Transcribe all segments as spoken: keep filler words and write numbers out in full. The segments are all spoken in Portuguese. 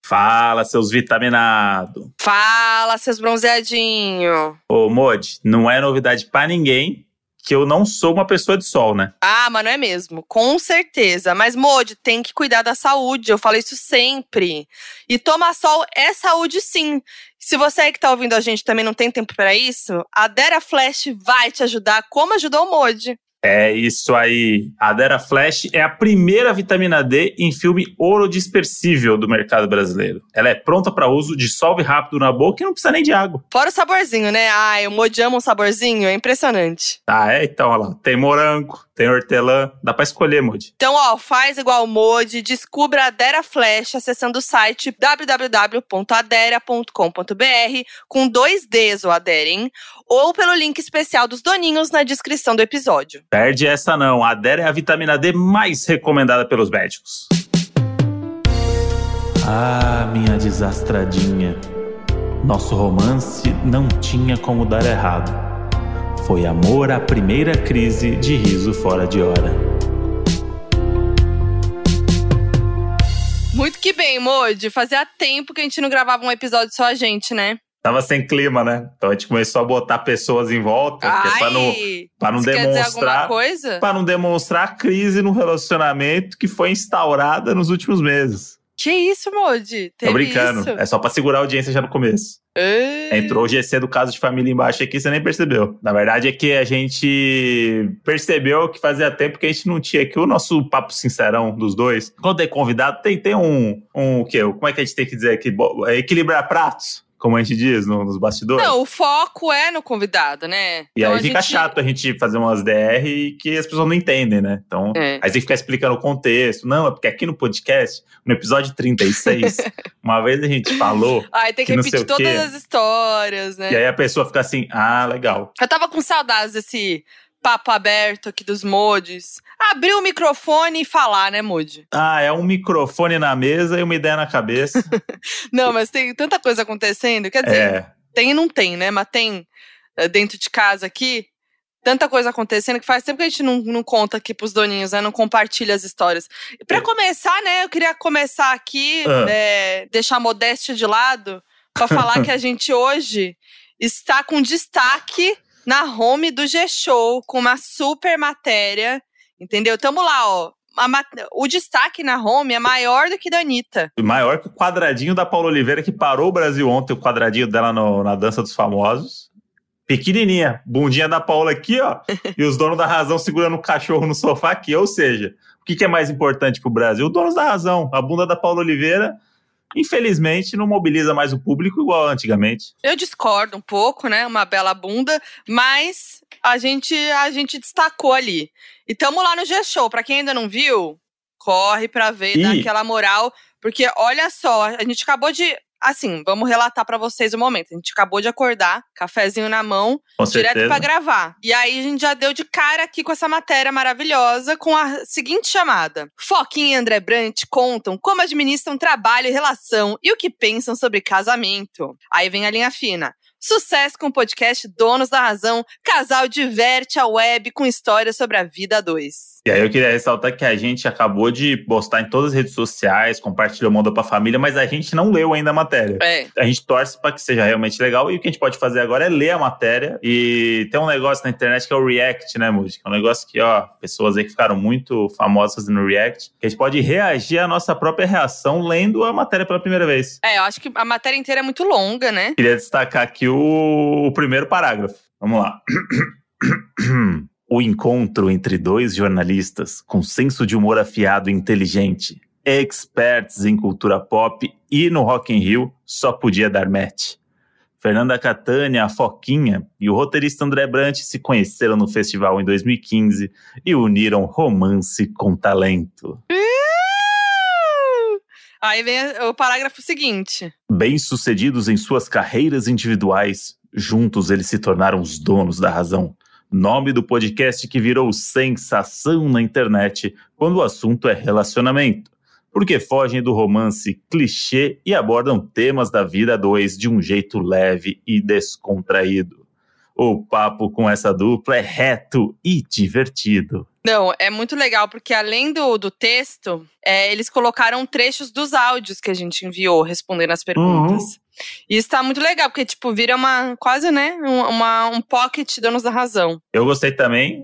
Fala, seus vitaminados. Fala, seus bronzeadinhos. Ô, Modi, não é novidade pra ninguém que eu não sou uma pessoa de sol, né? Ah, mas não é mesmo, com certeza. Mas, Modi, tem que cuidar da saúde, eu falo isso sempre. E tomar sol é saúde, sim. Se você aí que tá ouvindo a gente também não tem tempo pra isso, a Dera Flash vai te ajudar, como ajudou o Modi. É isso aí. A Dera Flash é a primeira vitamina D em filme orodispersível do mercado brasileiro. Ela é pronta para uso, dissolve rápido na boca e não precisa nem de água. Fora o saborzinho, né? Ai, o Modi ama um saborzinho, é impressionante. Ah, é? Então, olha lá. Tem morango, tem hortelã. Dá pra escolher, Modi. Então, ó, faz igual o Modi, descubra a Dera Flash acessando o site w w w ponto adera ponto com ponto b r com dois Ds o Adera, hein? Ou pelo link especial dos doninhos na descrição do episódio. Perde essa não. A Adera é a vitamina D mais recomendada pelos médicos. Ah, minha desastradinha. Nosso romance não tinha como dar errado. Foi amor à primeira crise de riso fora de hora. Muito que bem, Modi. Fazia tempo que a gente não gravava um episódio só a gente, né? Tava sem clima, né? Então a gente começou a botar pessoas em volta. Ai, que é pra não, pra não você demonstrar. Quer dizer alguma coisa? Pra não demonstrar a crise no relacionamento que foi instaurada nos últimos meses. Que isso, Modi? Tô brincando. Isso? É só pra segurar a audiência já no começo. Ei. Entrou o G C do caso de família embaixo aqui, você nem percebeu. Na verdade é que a gente percebeu que fazia tempo que a gente não tinha aqui o nosso papo sincerão dos dois. Quando tem convidado, tem, tem um, um... O quê? Como é que a gente tem que dizer aqui? É equilibrar pratos, como a gente diz no, nos bastidores. Não, o foco é no convidado, né? E então aí fica gente... chato a gente fazer umas D R que as pessoas não entendem, né? Então, é. aí tem que ficar explicando o contexto. Não, é porque aqui no podcast, no episódio trinta e seis, uma vez a gente falou... Ai, tem que, que repetir todas as histórias, né? E aí a pessoa fica assim, ah, legal. Eu tava com saudades desse papo aberto aqui dos Modis. Abrir o microfone e falar, né, Modi? Ah, é um microfone na mesa e uma ideia na cabeça. Não, mas tem tanta coisa acontecendo. Quer dizer, é. tem e não tem, né? Mas tem dentro de casa aqui tanta coisa acontecendo que faz tempo que a gente não, não conta aqui pros doninhos, né? Não compartilha as histórias. E pra é. começar, né, eu queria começar aqui, ah. é, deixar a modéstia de lado, pra falar que a gente hoje está com destaque na home do G-Show, com uma super matéria, entendeu? Tamo lá, ó. A, o destaque na home é maior do que da Anitta. Maior que o quadradinho da Paula Oliveira, que parou o Brasil ontem, o quadradinho dela no, na Dança dos Famosos. Pequenininha, bundinha da Paula aqui, ó. E os donos da razão segurando o cachorro no sofá aqui. Ou seja, o que, que é mais importante pro Brasil? Os donos da razão. A bunda da Paula Oliveira, infelizmente, não mobiliza mais o público igual antigamente. Eu discordo um pouco, né? Uma bela bunda, mas a gente, a gente destacou ali. E tamo lá no G-Show. Pra quem ainda não viu, corre pra ver, e... dá aquela moral. Porque, olha só, a gente acabou de... Assim, vamos relatar pra vocês o momento. A gente acabou de acordar, cafezinho na mão, com direto certeza. Pra gravar. E aí a gente já deu de cara aqui com essa matéria maravilhosa, com a seguinte chamada. Foquinha e André Brant contam como administram trabalho e relação e o que pensam sobre casamento. Aí vem a linha fina. Sucesso com o podcast Donos da Razão. Casal diverte a web com histórias sobre a vida a dois. E aí eu queria ressaltar que a gente acabou de postar em todas as redes sociais, compartilhou, mandou pra família, mas a gente não leu ainda a matéria. É. A gente torce pra que seja realmente legal e o que a gente pode fazer agora é ler a matéria. E tem um negócio na internet que é o React, né, Música? É um negócio que, ó, pessoas aí que ficaram muito famosas no React, que a gente pode reagir à nossa própria reação lendo a matéria pela primeira vez. É, eu acho que a matéria inteira é muito longa, né? Queria destacar aqui o, o primeiro parágrafo. Vamos lá. O encontro entre dois jornalistas com senso de humor afiado e inteligente, experts em cultura pop e no Rock in Rio, só podia dar match. Fernanda Catania, a Foquinha, e o roteirista André Brant se conheceram no festival em dois mil e quinze e uniram romance com talento. Aí vem o parágrafo seguinte. Bem-sucedidos em suas carreiras individuais, juntos eles se tornaram os donos da razão. Nome do podcast que virou sensação na internet quando o assunto é relacionamento. Porque fogem do romance clichê e abordam temas da vida a dois de um jeito leve e descontraído. O papo com essa dupla é reto e divertido. Não, é muito legal, porque além do, do texto, é, eles colocaram trechos dos áudios que a gente enviou, respondendo as perguntas. Uhum. E isso tá muito legal, porque, tipo, vira uma, quase, né, um, uma, um pocket Donos da Razão. Eu gostei também,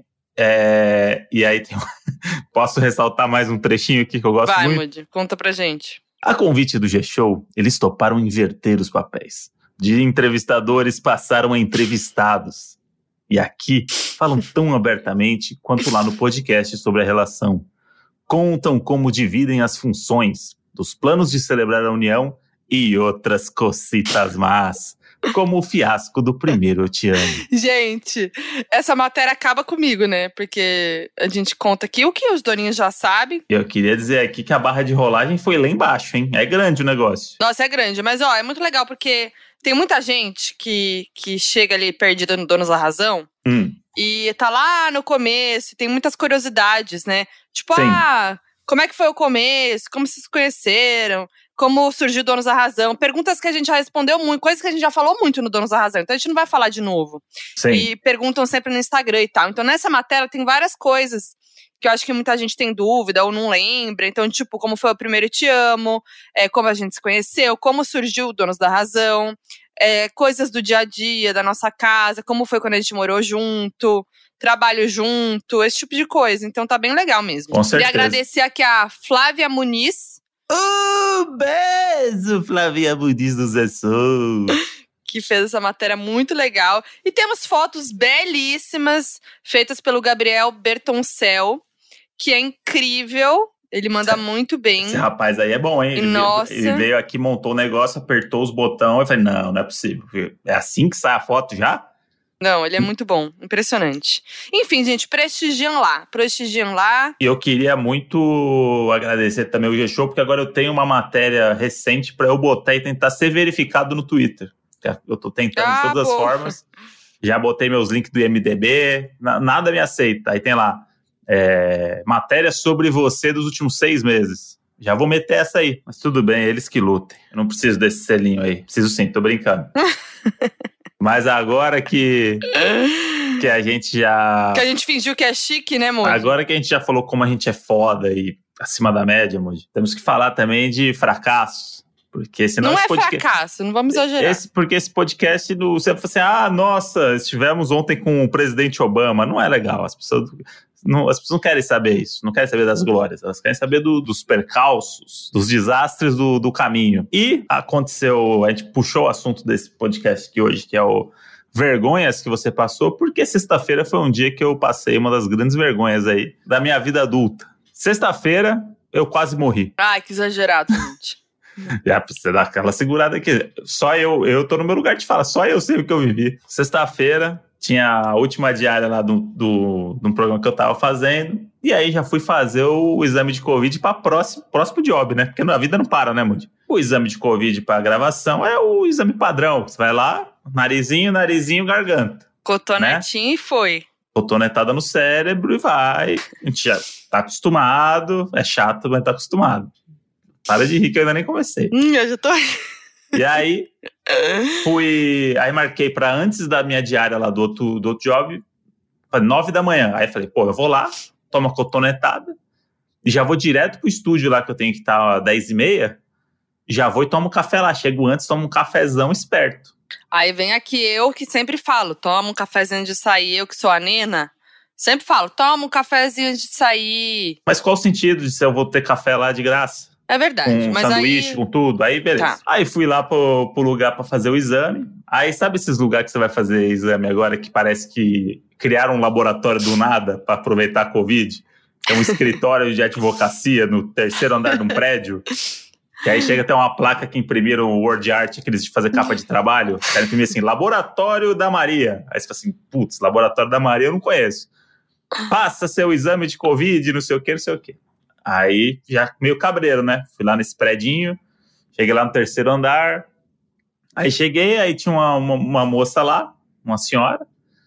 é, e aí tem, posso ressaltar mais um trechinho aqui que eu gosto Vai, muito? Vai, Moody, conta pra gente. A convite do G-Show, eles toparam inverter os papéis. De entrevistadores passaram a entrevistados. E aqui falam tão abertamente quanto lá no podcast sobre a relação. Contam como dividem as funções, dos planos de celebrar a união e outras cocitas más, como o fiasco do primeiro Eu Te Amo. Gente, essa matéria acaba comigo, né? Porque a gente conta aqui o que os doninhos já sabem. Eu queria dizer aqui que a barra de rolagem foi lá embaixo, hein? É grande o negócio. Nossa, é grande. Mas, ó, é muito legal porque tem muita gente que, que chega ali perdida no Donos da Razão. Hum. E tá lá no começo, tem muitas curiosidades, né? Tipo, Sim. ah, como é que foi o começo? Como vocês se conheceram? Como surgiu Donos da Razão? Perguntas que a gente já respondeu muito, coisas que a gente já falou muito no Donos da Razão. Então a gente não vai falar de novo. Sim. E perguntam sempre no Instagram e tal. Então nessa matéria tem várias coisas que eu acho que muita gente tem dúvida ou não lembra. Então, tipo, como foi o primeiro Eu Te Amo, é, como a gente se conheceu, como surgiu o Donos da Razão, é, coisas do dia a dia, da nossa casa, como foi quando a gente morou junto, trabalho junto, esse tipo de coisa. Então tá bem legal mesmo. Com certeza. Queria agradecer aqui a Flávia Muniz. Um beijo, Flávia Muniz do Zé Sou. Que fez essa matéria muito legal. E temos fotos belíssimas, feitas pelo Gabriel Bertoncel, que é incrível. Ele manda esse, muito bem. Esse rapaz aí é bom, hein? Ele, Nossa. Veio, ele veio aqui, montou o negócio, apertou os botões. Eu falei, não, não é possível. É assim que sai a foto já? Não, ele é muito bom. Impressionante. Enfim, gente, prestigiam lá. Prestigiam lá. E eu queria muito agradecer também o G-Show, porque agora eu tenho uma matéria recente para eu botar e tentar ser verificado no Twitter. Eu tô tentando ah, de todas pô. as formas. Já botei meus links do I M D B, nada me aceita. Aí tem lá, é, matéria sobre você dos últimos seis meses. Já vou meter essa aí, mas tudo bem, eles que lutem. Eu não preciso desse selinho aí. Preciso sim, tô brincando. Mas agora que, que a gente já... Que a gente fingiu que é chique, né, Moody? Agora que a gente já falou como a gente é foda e acima da média, Moody, temos que falar também de fracassos. Porque senão não é podcast... fracasso, não vamos exagerar. Esse, porque esse podcast, do, você fala assim, ah, nossa, estivemos ontem com o presidente Obama. Não é legal, as pessoas não, as pessoas não querem saber isso, não querem saber das glórias, elas querem saber do, dos percalços, dos desastres do, do caminho. E aconteceu, a gente puxou o assunto desse podcast aqui hoje, que é o vergonhas que você passou, porque sexta-feira foi um dia que eu passei uma das grandes vergonhas aí da minha vida adulta. Sexta-feira, eu quase morri. Ai, que exagerado, gente. Já você dá aquela segurada aqui. Só eu, eu tô no meu lugar de fala, só eu sei o que eu vivi. Sexta-feira, tinha a última diária lá do, do, do programa que eu tava fazendo, e aí já fui fazer o, o exame de Covid pra próximo, próximo job, né? Porque a vida não para, né, Moody? O exame de Covid pra gravação é o exame padrão. Você vai lá, narizinho, narizinho, garganta. Cotonetinho, né? E foi. Cotonetada no cérebro e vai. A gente já tá acostumado, é chato, mas tá acostumado. Para de rir que eu ainda nem comecei. Hum, eu já tô... E aí, fui... Aí marquei pra antes da minha diária lá do outro, do outro job, para nove da manhã. Aí falei, pô, eu vou lá, tomo a cotonetada, e já vou direto pro estúdio lá, que eu tenho que estar às dez e meia, já vou e tomo um café lá. Chego antes, tomo um cafezão esperto. Aí vem aqui eu que sempre falo, toma um cafezinho de sair, eu que sou a Nena... Sempre falo, toma um cafezinho de sair. Mas qual o sentido de se eu vou ter café lá de graça? É verdade, com mas sanduíche, aí... com tudo, aí beleza. Tá. Aí fui lá pro, pro lugar pra fazer o exame. Aí sabe esses lugares que você vai fazer exame agora que parece que criaram um laboratório do nada pra aproveitar a Covid? É um escritório de advocacia no terceiro andar de um prédio. Que aí chega até uma placa que imprimiram o Word Art, aqueles de fazer capa de trabalho. Quero imprimir assim, Laboratório da Maria. Aí você fala assim, putz, Laboratório da Maria eu não conheço. Passa seu exame de Covid, não sei o que, não sei o que. Aí, já meio cabreiro, né? Fui lá nesse predinho, cheguei lá no terceiro andar. Aí cheguei, aí tinha uma, uma, uma moça lá, uma senhora.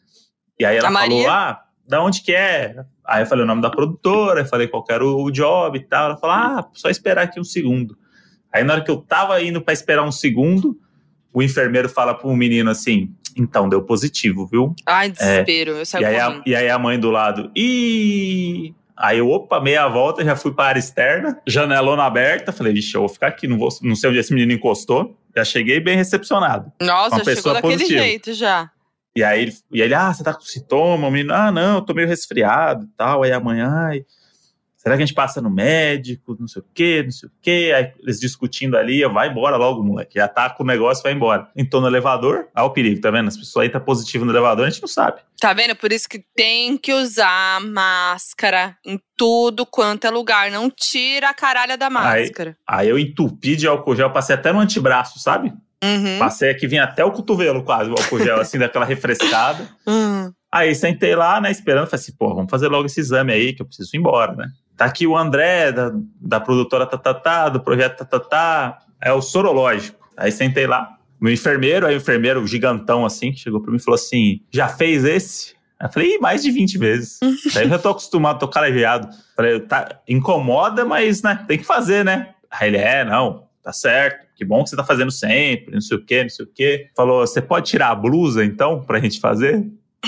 E aí ela a falou, Maria? ah, da onde que é? Aí eu falei o nome da produtora, falei qual que era o job e tal. Ela falou, ah, só esperar aqui um segundo. Aí na hora que eu tava indo pra esperar um segundo, o enfermeiro fala pro menino assim, Então, deu positivo, viu? Ai, desespero, é, eu saio e aí, a, e aí a mãe do lado, ih... Aí eu, opa, meia volta, já fui para a área externa, janelona aberta, falei, vixe, eu vou ficar aqui, não, vou, não sei onde esse menino encostou. Já cheguei bem recepcionado. Nossa, chegou daquele positiva. jeito já. E aí e ele, ah, você tá com sintoma? O menino, ah, não, eu tô meio resfriado e tal. Aí amanhã, ai, será que a gente passa no médico? Não sei o quê, não sei o quê. Aí eles discutindo ali, eu, vai embora logo, moleque. Já tá com o negócio, vai embora. Entrou no elevador, olha o perigo, tá vendo? As pessoas aí tá positivo no elevador, a gente não sabe. Tá vendo? Por isso que tem que usar máscara em tudo quanto é lugar. Não tira a caralha da máscara. Aí, aí eu entupi de álcool gel, passei até no antebraço, sabe? Uhum. Passei aqui, vinha até o cotovelo quase, o álcool gel, assim, daquela refrescada. Uhum. Aí sentei lá, né, esperando, falei assim, pô, vamos fazer logo esse exame aí, que eu preciso ir embora, né? Tá aqui o André, da, da produtora Tatatá, do projeto Tatatá, é o sorológico. Aí sentei lá, no enfermeiro, aí o enfermeiro gigantão, assim, chegou pra mim e falou assim, já fez esse? Aí eu falei, mais de vinte vezes. Daí eu já tô acostumado, tô calejado. Falei, tá, incomoda, mas, né, tem que fazer, né? Aí ele, é, não, tá certo. Que bom que você tá fazendo sempre, não sei o quê, não sei o quê. Falou, você pode tirar a blusa, então, pra gente fazer?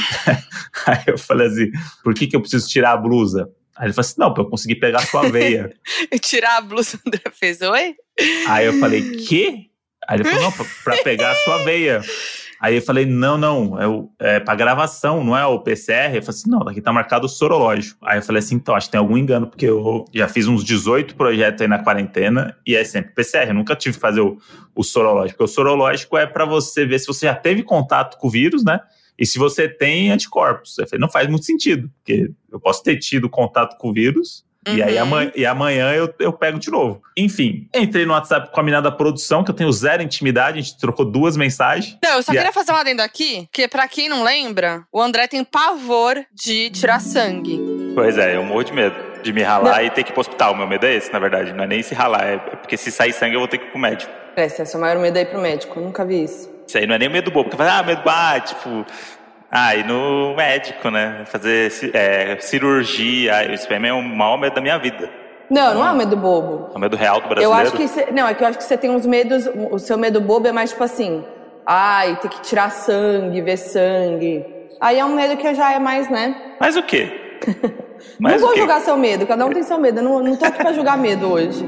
Aí eu falei assim, por que que eu preciso tirar a blusa? Aí ele falou assim, não, pra eu conseguir pegar a sua veia. Tirar a blusa, o André fez, oi? Aí eu falei, quê? Aí ele falou, não, pra, pra pegar a sua veia. Aí eu falei, não, não, é, o, é pra gravação, não é o P C R? Eu falei assim, não, aqui tá marcado o sorológico. Aí eu falei assim, então, acho que tem algum engano, porque eu já fiz uns dezoito projetos aí na quarentena e é sempre P C R, eu nunca tive que fazer o, o sorológico. Porque o sorológico é pra você ver se você já teve contato com o vírus, né? E se você tem anticorpos. Eu falei, não faz muito sentido, porque eu posso ter tido contato com o vírus, uhum. e aí amanhã, e amanhã eu, eu pego de novo. Enfim, entrei no WhatsApp com a menina da produção, que eu tenho zero intimidade, a gente trocou duas mensagens. Não, eu só queria a... fazer um adendo aqui, que pra quem não lembra, o André tem pavor de tirar sangue. Pois é, eu morro de medo de me ralar não. e ter que ir pro hospital. O meu medo é esse, na verdade, não é nem se ralar, é porque se sair sangue eu vou ter que ir pro médico. É, esse é o seu maior medo aí pro médico, eu nunca vi isso. Isso aí não é nem medo bobo, porque fala, ah, medo, ah, tipo... Ah, e no médico, né? Fazer é, cirurgia, isso é o maior medo da minha vida. Não, não é um medo bobo. É o medo real do brasileiro. Eu acho que cê, não, é que eu acho que você tem uns medos, o seu medo bobo é mais tipo assim, ai, ter que tirar sangue, ver sangue. Aí é um medo que já é mais, né? Mas o quê? Mas não vou julgar seu medo, cada um tem seu medo, eu não, não tô aqui pra julgar medo hoje.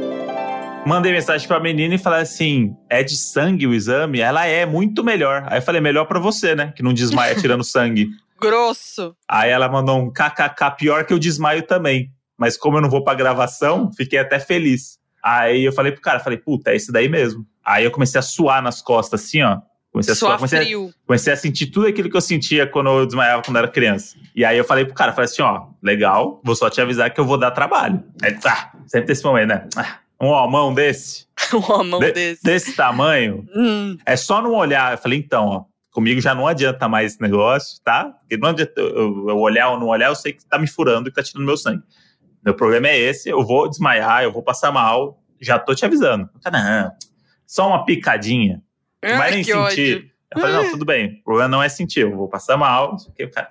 Mandei mensagem pra menina e falei assim, é de sangue o exame? Ela é muito melhor. Aí eu falei, melhor pra você, né? Que não desmaia tirando sangue. Grosso. Aí ela mandou um kkk, pior que eu desmaio também. Mas como eu não vou pra gravação, fiquei até feliz. Aí eu falei pro cara, falei, puta, é esse daí mesmo. Aí eu comecei a suar nas costas, assim, ó. Comecei a suar, comecei frio. A, comecei a sentir tudo aquilo que eu sentia quando eu desmaiava quando eu era criança. E aí eu falei pro cara, falei assim, ó, legal, vou só te avisar que eu vou dar trabalho. Aí, tá, sempre tem esse momento, né? Ah, um homão desse. um homão de, desse. Desse tamanho. Hum. É só não olhar. Eu falei, então, ó, comigo já não adianta mais esse negócio, tá? Porque não adianta eu, eu olhar ou não olhar, eu sei que tá me furando e que tá tirando meu sangue. Meu problema é esse, eu vou desmaiar, eu vou passar mal, já tô te avisando. Não, só uma picadinha. Não vai nem sentir. Ódio. Eu falei, não, tudo bem, o problema não é sentir, eu vou passar mal, não sei o que, cara.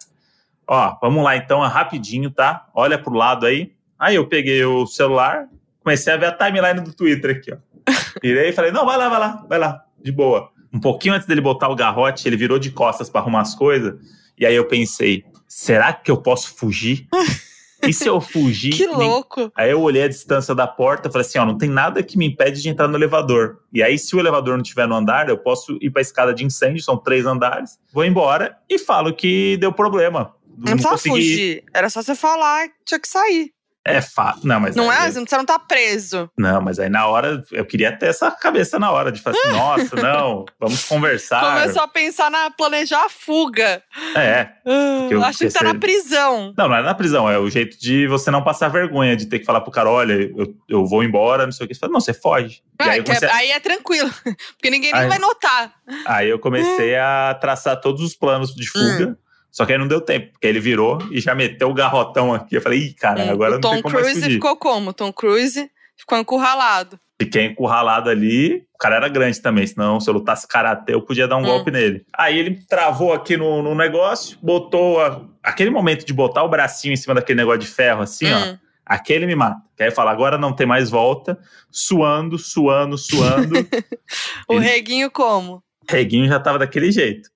Ó, vamos lá então, rapidinho, tá? Olha pro lado aí. Aí eu peguei o celular, comecei a ver a timeline do Twitter aqui, ó. Virei e falei, não, vai lá, vai lá, vai lá, de boa. Um pouquinho antes dele botar o garrote, ele virou de costas pra arrumar as coisas. E aí eu pensei, será que eu posso fugir? E se eu fugir? Que louco! Nem... Aí eu olhei a distância da porta e falei assim, ó, não tem nada que me impede de entrar no elevador. E aí se o elevador não estiver no andar, eu posso ir pra escada de incêndio, são três andares, vou embora e falo que deu problema. Não, não precisava consegui... fugir, era só você falar que tinha que sair. É fato. Não, mas não aí, é? Você não tá preso. Não, mas aí na hora, eu queria ter essa cabeça na hora de falar assim, nossa, não, vamos conversar. Começou a pensar na planejar a fuga. É. Uh, acho que tá ser... na prisão. Não, não é na prisão, é o jeito de você não passar vergonha, de ter que falar pro cara, olha, eu, eu vou embora, não sei o que. Você fala, não, você foge. Ah, aí, é, a... aí é tranquilo, porque ninguém nem aí, vai notar. Aí eu comecei a traçar todos os planos de fuga. Hum. Só que aí não deu tempo, porque ele virou e já meteu o garrotão aqui. Eu falei, ih, cara, hum, agora não tem como mais fugir. O Tom Cruise ficou como? O Tom Cruise ficou encurralado. Fiquei encurralado ali. O cara era grande também, senão se eu lutasse karatê, eu podia dar um hum. golpe nele. Aí ele travou aqui no, no negócio, botou... A, aquele momento de botar o bracinho em cima daquele negócio de ferro, assim, hum. ó. Aquele me mata. Que aí fala, agora não tem mais volta. Suando, suando, suando. O ele... reguinho como? Reguinho já tava daquele jeito.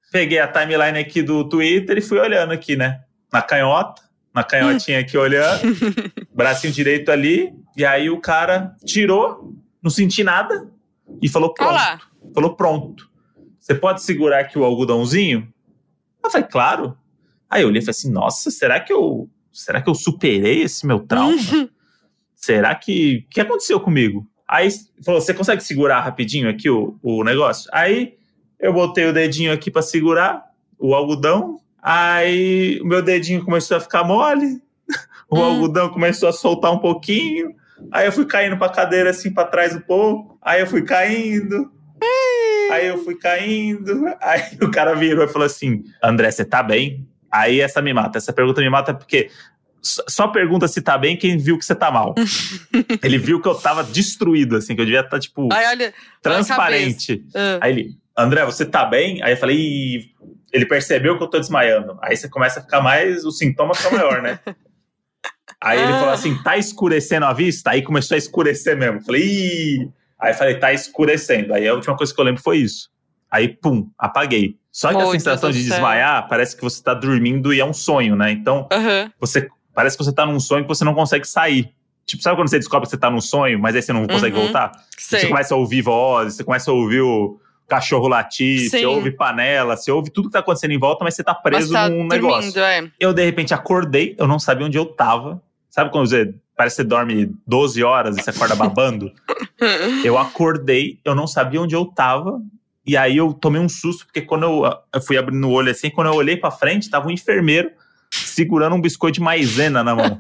peguei a timeline aqui do Twitter e fui olhando aqui, né? Na canhota, na canhotinha aqui olhando, bracinho direito ali, e aí o cara tirou, não senti nada, e falou pronto. Olá. Falou pronto. Você pode segurar aqui o algodãozinho? Eu falei, claro. Aí eu olhei e falei assim, nossa, será que eu, será que eu superei esse meu trauma? Será que... O que aconteceu comigo? Aí falou, você consegue segurar rapidinho aqui o, o negócio? Aí eu botei o dedinho aqui pra segurar o algodão. Aí o meu dedinho começou a ficar mole. O hum. algodão começou a soltar um pouquinho. Aí eu fui caindo pra cadeira assim pra trás um pouco. Aí eu fui caindo. Aí eu fui caindo. Aí o cara virou e falou assim, André, você tá bem? Aí essa me mata. Essa pergunta me mata porque só pergunta se tá bem quem viu que você tá mal. Ele viu que eu tava destruído, assim, que eu devia estar, tipo, Aí, olha, transparente. Uh. Aí ele, André, você tá bem? Aí eu falei, Ih, ele percebeu que eu tô desmaiando. Aí você começa a ficar mais, o sintoma fica maior, né? Aí ah. ele falou assim, tá escurecendo a vista? Aí começou a escurecer mesmo. Eu falei, Ih! Aí eu falei, tá escurecendo. Aí a última coisa que eu lembro foi isso. Aí, pum, apaguei. Só que oh, a sensação Deus de desmaiar, parece que você tá dormindo e é um sonho, né? Então, uh-huh. você, parece que você tá num sonho que você não consegue sair. Tipo, sabe quando você descobre que você tá num sonho, mas aí você não consegue uhum. voltar? Sei. Você começa a ouvir vozes, você começa a ouvir o cachorro latir, Sim. você ouve panela, você ouve tudo que tá acontecendo em volta, mas você tá preso tá num dormindo, negócio. É. Eu, de repente, acordei, eu não sabia onde eu tava. Sabe quando você, parece que você dorme doze horas e você acorda babando? Eu acordei, eu não sabia onde eu tava. E aí eu tomei um susto, porque quando eu, eu fui abrindo o olho assim, quando eu olhei pra frente, tava um enfermeiro segurando um biscoito de maisena na mão.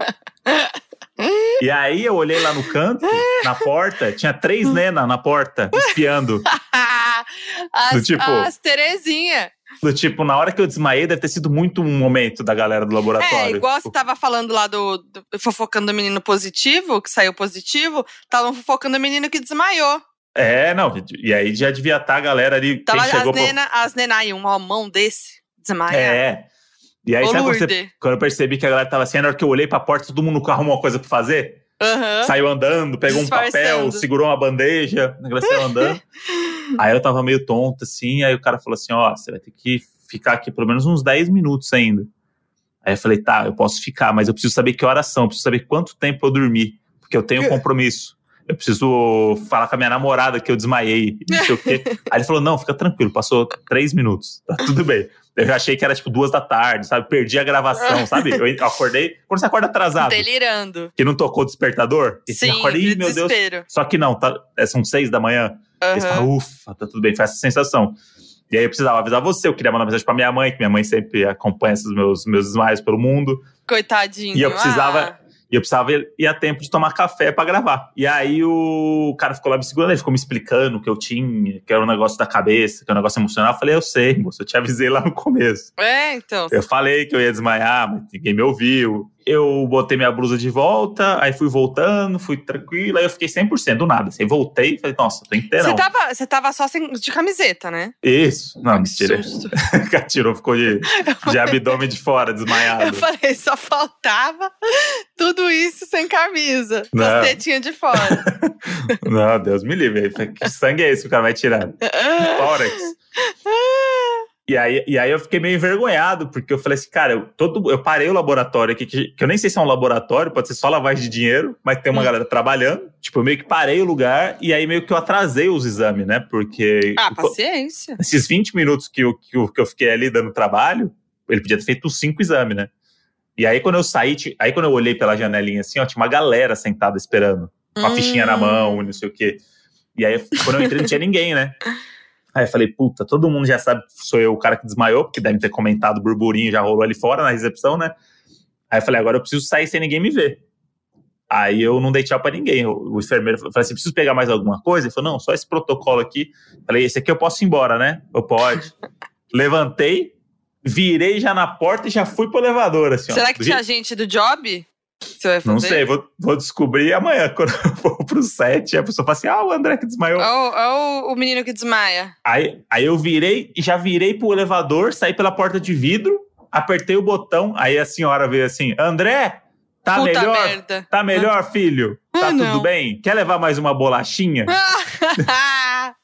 E aí eu olhei lá no canto, na porta, tinha três nenas na porta, espiando. as, do tipo, as Terezinha. Do tipo, na hora que eu desmaiei, deve ter sido muito um momento da galera do laboratório. É, igual você tava falando lá do, do fofocando o menino positivo, que saiu positivo, estavam fofocando o menino que desmaiou. É, não, e aí já devia estar a galera ali. Tava quem chegou as nenas, pro... as nenas aí, um mão desse, desmaiar. É. E aí, Ô, sabe quando, você, quando eu percebi que a galera tava assim, na hora que eu olhei pra porta, todo mundo arrumou uma coisa pra fazer? Uhum. Saiu andando, pegou um papel, segurou uma bandeja, o negócio saiu andando. Aí eu tava meio tonto, assim, aí o cara falou assim, ó, você vai ter que ficar aqui pelo menos uns dez minutos ainda. Aí eu falei, tá, eu posso ficar, mas eu preciso saber que horas são, eu preciso saber quanto tempo eu dormi, porque eu tenho um compromisso. Eu preciso falar com a minha namorada que eu desmaiei, não sei o quê. Aí ele falou, não, fica tranquilo, passou três minutos, tá tudo bem. Eu já achei que era tipo duas da tarde, sabe? Perdi a gravação, sabe? Eu acordei, quando você acorda atrasado. Delirando. Que não tocou o despertador. E Sim, você acorda, ih, meu Deus. Só que não, tá, são seis da manhã. Uhum. Aí você fala, ufa, tá tudo bem, foi essa sensação. E aí eu precisava avisar você, eu queria mandar mensagem pra minha mãe, que minha mãe sempre acompanha esses meus, meus desmaios pelo mundo. Coitadinho. E eu precisava... Ah. E eu precisava ir, ir a tempo de tomar café pra gravar. E aí o cara ficou lá me segurando, ele ficou me explicando o que eu tinha, que era um negócio da cabeça, que era um negócio emocional. Eu falei, eu sei, moço, eu te avisei lá no começo. É, então. Eu falei que eu ia desmaiar, mas ninguém me ouviu. Eu botei minha blusa de volta, aí fui voltando, fui tranquilo, aí eu fiquei cem por cento do nada. Assim, voltei e falei, nossa, tô inteirão. Você tava, você tava só sem, de camiseta, né? Isso. Não, mentira. Tirou, ficou de, de abdômen de fora, desmaiado. Eu falei, só faltava tudo isso sem camisa. As tetinhas de fora. Não, Deus me livre. Que sangue é esse que o cara vai tirar? Tórax. E aí, e aí eu fiquei meio envergonhado, porque eu falei assim, cara, eu, todo, eu parei o laboratório aqui, que, que eu nem sei se é um laboratório, pode ser só lavagem de dinheiro, mas tem uma hum. galera trabalhando. Tipo, eu meio que parei o lugar e aí meio que eu atrasei os exames, né? Porque... Ah, paciência. Esses vinte minutos que eu, que, eu, que eu fiquei ali dando trabalho, ele podia ter feito os cinco exames, né? E aí quando eu saí, aí quando eu olhei pela janelinha assim, ó, tinha uma galera sentada esperando, com a hum. fichinha na mão, não sei o quê. E aí quando eu entrei não tinha ninguém, né? Aí eu falei, puta, todo mundo já sabe que sou eu o cara que desmaiou, porque deve ter comentado, o burburinho já rolou ali fora na recepção, né? Aí eu falei, agora eu preciso sair sem ninguém me ver. Aí eu não dei tchau pra ninguém. O, o enfermeiro falou assim, preciso pegar mais alguma coisa? Ele falou, não, só esse protocolo aqui. Eu falei, esse aqui eu posso ir embora, né? Eu pode. Levantei, virei já na porta e já fui pro elevador, assim. Será ó, que tinha gente do job? Você vai fazer? Não sei, vou, vou descobrir amanhã, quando eu for pro set, a pessoa fala assim, ah, o André que desmaiou. Ou o menino que desmaia. Aí, aí eu virei, já virei pro elevador, saí pela porta de vidro, apertei o botão, aí a senhora veio assim, André, tá Puta melhor? Merda. Tá melhor, filho? Tá ah, tudo não. bem? Quer levar mais uma bolachinha?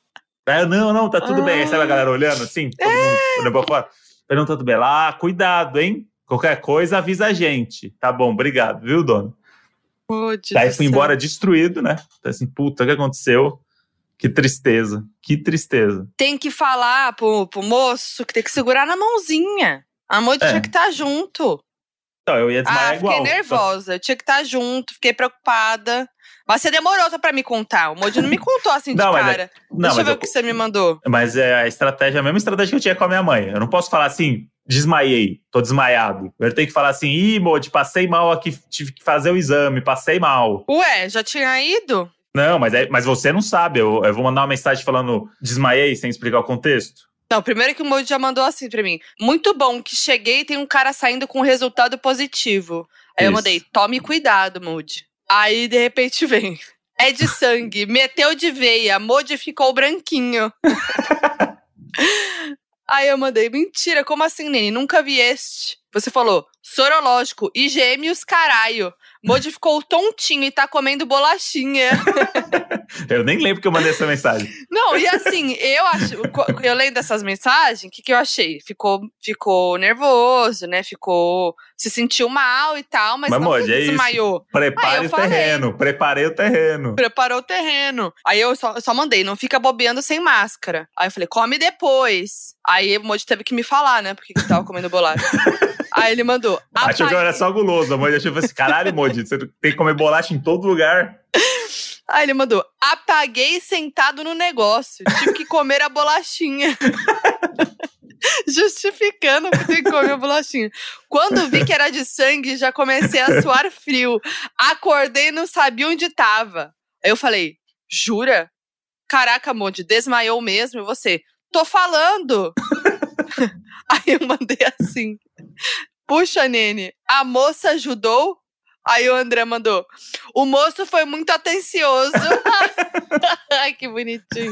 Aí eu, não, não, tá tudo ah. bem. Aí sabe a galera olhando assim, todo é. mundo olhando pra fora. Falei, não, tá tudo bem. Lá, ah, cuidado, hein? Qualquer coisa, avisa a gente. Tá bom, obrigado, viu, dona? Oh, Daí fui embora destruído, né? Falei assim, puta, o que aconteceu? Que tristeza, que tristeza. Tem que falar pro, pro moço que tem que segurar na mãozinha. A Moody é. tinha que estar tá junto. Então, eu ia desmaiar ah, igual. Fiquei nervosa, só... eu tinha que estar tá junto, fiquei preocupada. Mas você demorou pra me contar. O Moody não me contou assim de não, cara. É... Não, Deixa eu ver eu... o que você me mandou. Mas é a estratégia, a mesma estratégia que eu tinha com a minha mãe. Eu não posso falar assim, desmaiei, tô desmaiado. Eu tenho que falar assim, ih, Moody, passei mal aqui, tive que fazer o exame, passei mal. Ué, já tinha ido? Não, mas, é, mas você não sabe. Eu, eu vou mandar uma mensagem falando desmaiei, sem explicar o contexto. Não, primeiro que o Moody já mandou assim pra mim. Muito bom que cheguei e tem um cara saindo com resultado positivo. Aí Isso. eu mandei, tome cuidado, Moody. Aí, de repente, vem. É de sangue, meteu de veia, modificou branquinho. Aí eu mandei, mentira, como assim, Nene? Nunca vi este. Você falou, sorológico e gêmeos, caralho. Modificou tontinho e tá comendo bolachinha. Eu nem lembro que eu mandei essa mensagem. Não, e assim, eu acho, eu lendo essas mensagens, o que, que eu achei? Ficou, ficou nervoso, né? Ficou, se sentiu mal e tal, mas, mas não Modi, é desmaiou. Isso. Prepare o falei, terreno, preparei o terreno. Preparou o terreno. Aí eu só, só mandei, não fica bobeando sem máscara. Aí eu falei, come depois. Aí o Moody teve que me falar, né? Porque que tava comendo bolacha. Aí ele mandou. Achou que eu era só guloso. A Moody achou assim, caralho, Moody, você tem que comer bolacha em todo lugar. Aí ele mandou, apaguei sentado no negócio. Tive que comer a bolachinha. Justificando que tem que comer a bolachinha. Quando vi que era de sangue, já comecei a suar frio. Acordei e não sabia onde tava. Aí eu falei, jura? Caraca, Moody, desmaiou mesmo? E você, tô falando. Aí eu mandei assim, puxa, Nene, a moça ajudou? Aí o André mandou, o moço foi muito atencioso. Ai, que bonitinho.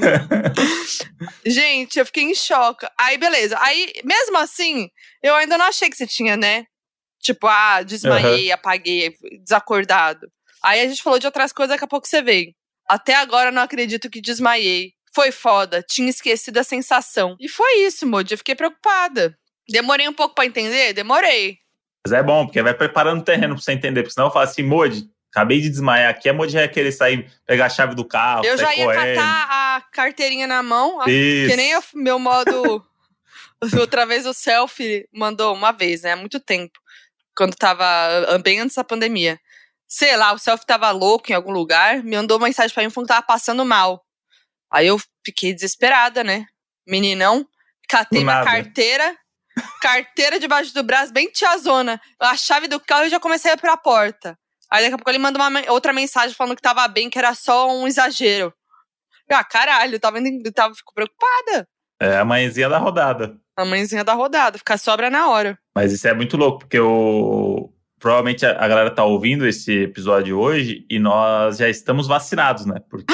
Gente, eu fiquei em choque. Aí, beleza. Aí, mesmo assim, eu ainda não achei que você tinha, né? Tipo, ah, desmaiei, uhum. apaguei, desacordado. Aí a gente falou de outras coisas, daqui a pouco você veio. Até agora eu não acredito que desmaiei. Foi foda, tinha esquecido a sensação. E foi isso, Moody, eu fiquei preocupada. Demorei um pouco pra entender? Demorei. Mas é bom, porque vai preparando o terreno pra você entender. Porque senão eu falo assim, Moody, acabei de desmaiar aqui. A Moody já ia querer sair, pegar a chave do carro, eu já ia correndo. catar a carteirinha na mão. Isso. Que nem o meu modo... Outra vez o selfie mandou uma vez, né? Há muito tempo. Quando tava bem antes da pandemia. Sei lá, o selfie tava louco em algum lugar. Me mandou uma mensagem pra mim falando que tava passando mal. Aí eu fiquei desesperada, né? Meninão, catei minha carteira, carteira debaixo do braço, bem tiazona. A chave do carro e já comecei a ir pra porta. Aí daqui a pouco ele manda uma outra mensagem falando que tava bem, que era só um exagero. Ah, caralho, eu tava, eu tava fico preocupada. É a mãezinha da rodada. A mãezinha da rodada, ficar sobra na hora. Mas isso é muito louco, porque o... provavelmente a galera tá ouvindo esse episódio hoje e nós já estamos vacinados, né? Porque...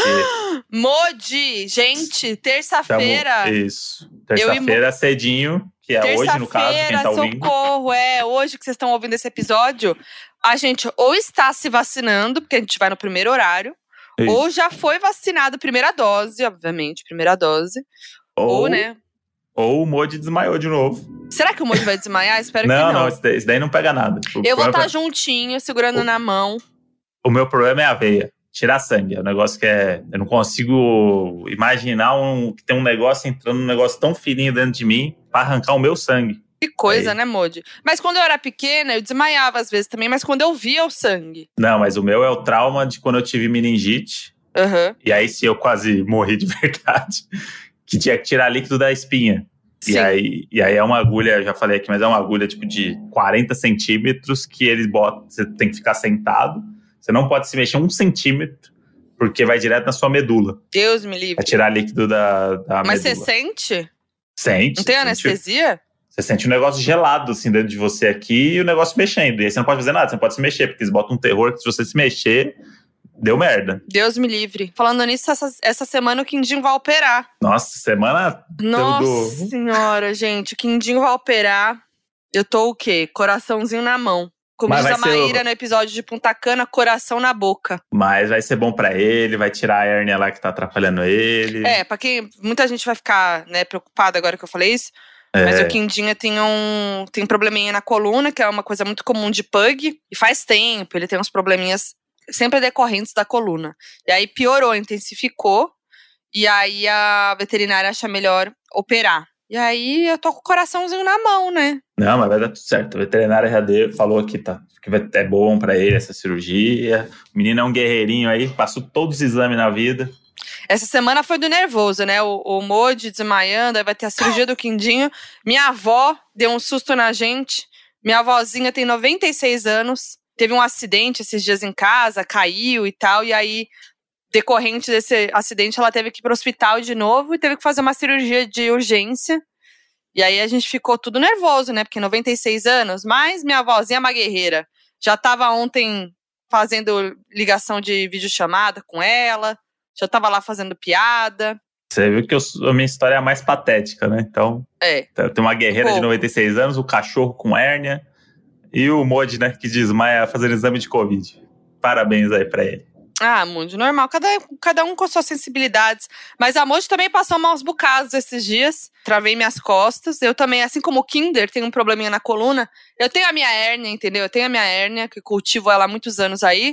Moody, gente, terça-feira. Tamo... Isso. Terça-feira, cedinho, que é hoje, no caso, quem tá ouvindo. Socorro, é. Hoje que vocês estão ouvindo esse episódio, a gente ou está se vacinando, porque a gente vai no primeiro horário, isso. Ou já foi vacinado, primeira dose, obviamente, primeira dose. Ou, ou né? Ou o Moody desmaiou de novo. Será que o Moody vai desmaiar? Espero não, que não. Não, não, isso daí não pega nada. O eu vou estar tá juntinho, segurando o... na mão. O meu problema é a veia. Tirar sangue. É um negócio que é... Eu não consigo imaginar um, que tem um negócio entrando, um negócio tão fininho dentro de mim pra arrancar o meu sangue. Que coisa, é. né, Moody? Mas quando eu era pequena, eu desmaiava às vezes também, mas quando eu via o sangue. Não, mas o meu é o trauma de quando eu tive meningite. Uhum. E aí sim eu quase morri de verdade. Que tinha que tirar líquido da espinha. E aí, e aí é uma agulha, já falei aqui, mas é uma agulha tipo de quarenta centímetros que eles botam, você tem que ficar sentado. Você não pode se mexer um centímetro, porque vai direto na sua medula. Deus me livre. Vai tirar líquido da, da mas medula. Mas você sente? Sente. Não tem sente, anestesia? Você sente um negócio gelado assim dentro de você aqui e o negócio mexendo. E aí você não pode fazer nada, você não pode se mexer, porque eles botam um terror que se você se mexer, deu merda. Deus me livre. Falando nisso, essa, essa semana o Quindinho vai operar. Nossa, semana... Nossa do... senhora, gente. O Quindinho vai operar. Eu tô o quê? Coraçãozinho na mão. Como Mas diz a vai ser o- Maíra no episódio de Punta Cana, coração na boca. Mas vai ser bom pra ele, vai tirar a hérnia lá que tá atrapalhando ele. É, pra quem. Muita gente vai ficar, né, preocupada agora que eu falei isso. Mas É. o Quindinha tem um, tem um probleminha na coluna, que é uma coisa muito comum de pug. E faz tempo, ele tem uns probleminhas sempre decorrentes da coluna. E aí piorou, intensificou. E aí a veterinária acha melhor operar. E aí eu tô com o coraçãozinho na mão, né? Não, mas vai dar tudo certo. A veterinária já deu, falou que, tá, que vai- é bom pra ele essa cirurgia. O menino é um guerreirinho aí, passou todos os exames na vida. Essa semana foi do nervoso, né? O, o Modi desmaiando, aí vai ter a cirurgia do Quindinho. Minha avó deu um susto na gente. Minha avózinha tem noventa e seis anos. Teve um acidente esses dias em casa, caiu e tal. E aí, decorrente desse acidente, ela teve que ir pro hospital de novo e teve que fazer uma cirurgia de urgência. E aí a gente ficou tudo nervoso, né? Porque noventa e seis anos, mas minha avózinha é uma guerreira. Já tava ontem fazendo ligação de videochamada com ela. Já tava lá fazendo piada. Você viu que eu, a minha história é a mais patética, né? Então, É. tem uma guerreira Um de pouco. noventa e seis anos, o cachorro com hérnia e o Modi, né, que desmaia fazendo exame de Covid. Parabéns aí pra ele. Ah, muito normal. Cada, cada um com suas sensibilidades. Mas a Moji também passou maus bocados esses dias. Travei minhas costas. Eu também, assim como o Kinder, tenho um probleminha na coluna. Eu tenho a minha hérnia, entendeu? Eu tenho a minha hérnia, que cultivo ela há muitos anos aí.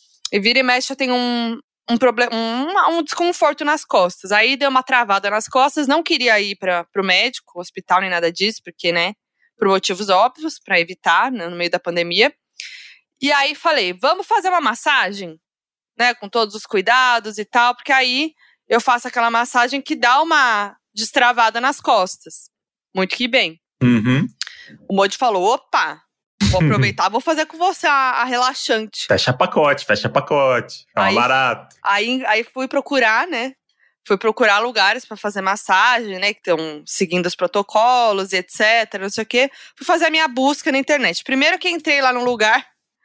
E vira e mexe, eu tenho um, um, problema, um, um desconforto nas costas. Aí deu uma travada nas costas. Não queria ir para pro médico, hospital, nem nada disso. Porque, né, por motivos óbvios, para evitar, né, no meio da pandemia. E aí falei, vamos fazer uma massagem? Né, com todos os cuidados e tal, porque aí eu faço aquela massagem que dá uma destravada nas costas. Muito que bem. Uhum. O Modi falou, opa, vou aproveitar, vou fazer com você a, a relaxante. Fecha pacote, fecha pacote. É mais Aí- barato. Aí, aí fui procurar, né, fui procurar lugares pra fazer massagem, né, que estão seguindo os protocolos e etc, não sei o quê. Fui fazer a minha busca na internet. Primeiro que entrei lá num lugar,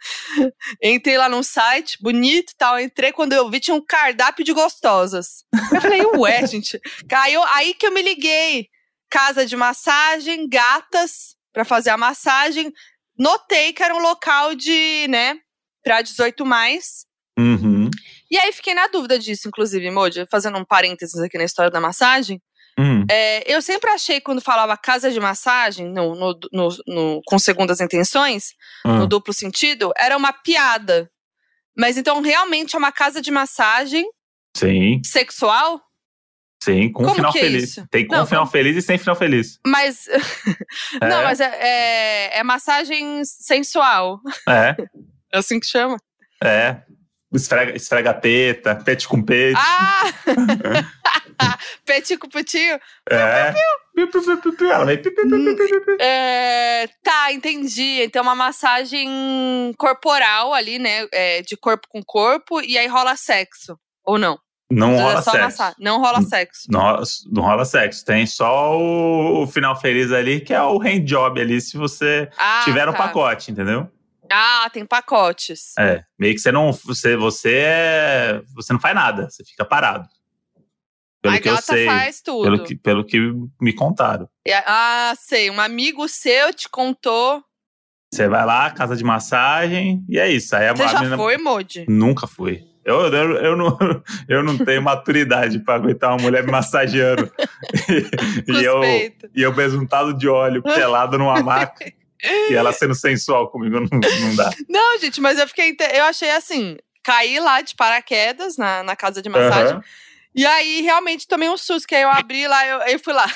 entrei lá num site, bonito e tal, entrei, quando eu vi tinha um cardápio de gostosas. Eu falei, ué, gente, caiu, aí que eu me liguei, casa de massagem, gatas, pra fazer a massagem, notei que era um local de, né, pra dezoito mais, Uhum. e aí fiquei na dúvida disso, inclusive, Moji, fazendo um parênteses aqui na história da massagem. Hum. É, eu sempre achei, quando falava casa de massagem, no, no, no, no- com segundas intenções, Hum. no duplo sentido, era uma piada. Mas então, realmente, é uma casa de massagem Sim, sexual? sim, com Como final que é feliz. isso? Tem com Não, final como- feliz e sem final feliz. Mas. Não, É. mas é, é, é massagem sensual. É, É assim que chama. é. Esfrega, esfrega a teta, pete com pete. Ah! Petinho com putinho. É. Piu, piu, piu, piu, piu. Ela vem. piu, piu, piu, piu, piu, piu. É, tá, entendi. Então, uma massagem corporal ali, né? É, de corpo com corpo, e aí rola sexo. Ou não? Não Às vezes rola é só sexo. massagem. Não rola sexo. Não rola, não rola sexo. Tem só o, o final feliz ali, que é o handjob ali, se você Ah, tiver tá. o pacote, entendeu? Ah, tem pacotes. É. Meio que você não. Você, você, é, você não faz nada, você fica parado. Pelo A que eu gata sei. faz tudo. Pelo que, pelo que me contaram. E a- Ah, sei. Um amigo seu te contou. Você vai lá, casa de massagem, e é isso. Aí a, Você a já menina foi, Modi? nunca fui. Eu, eu, eu, não, eu não tenho maturidade pra aguentar uma mulher me massageando. e, e, eu, Suspeito. e eu besuntado de óleo, pelado numa maca. E ela sendo sensual comigo, não, não dá. Não, gente, mas eu fiquei. inte- Eu achei assim. Caí lá de paraquedas na, na casa de massagem. Aham. E aí, realmente, tomei um susto, que aí eu abri lá, eu, eu fui lá.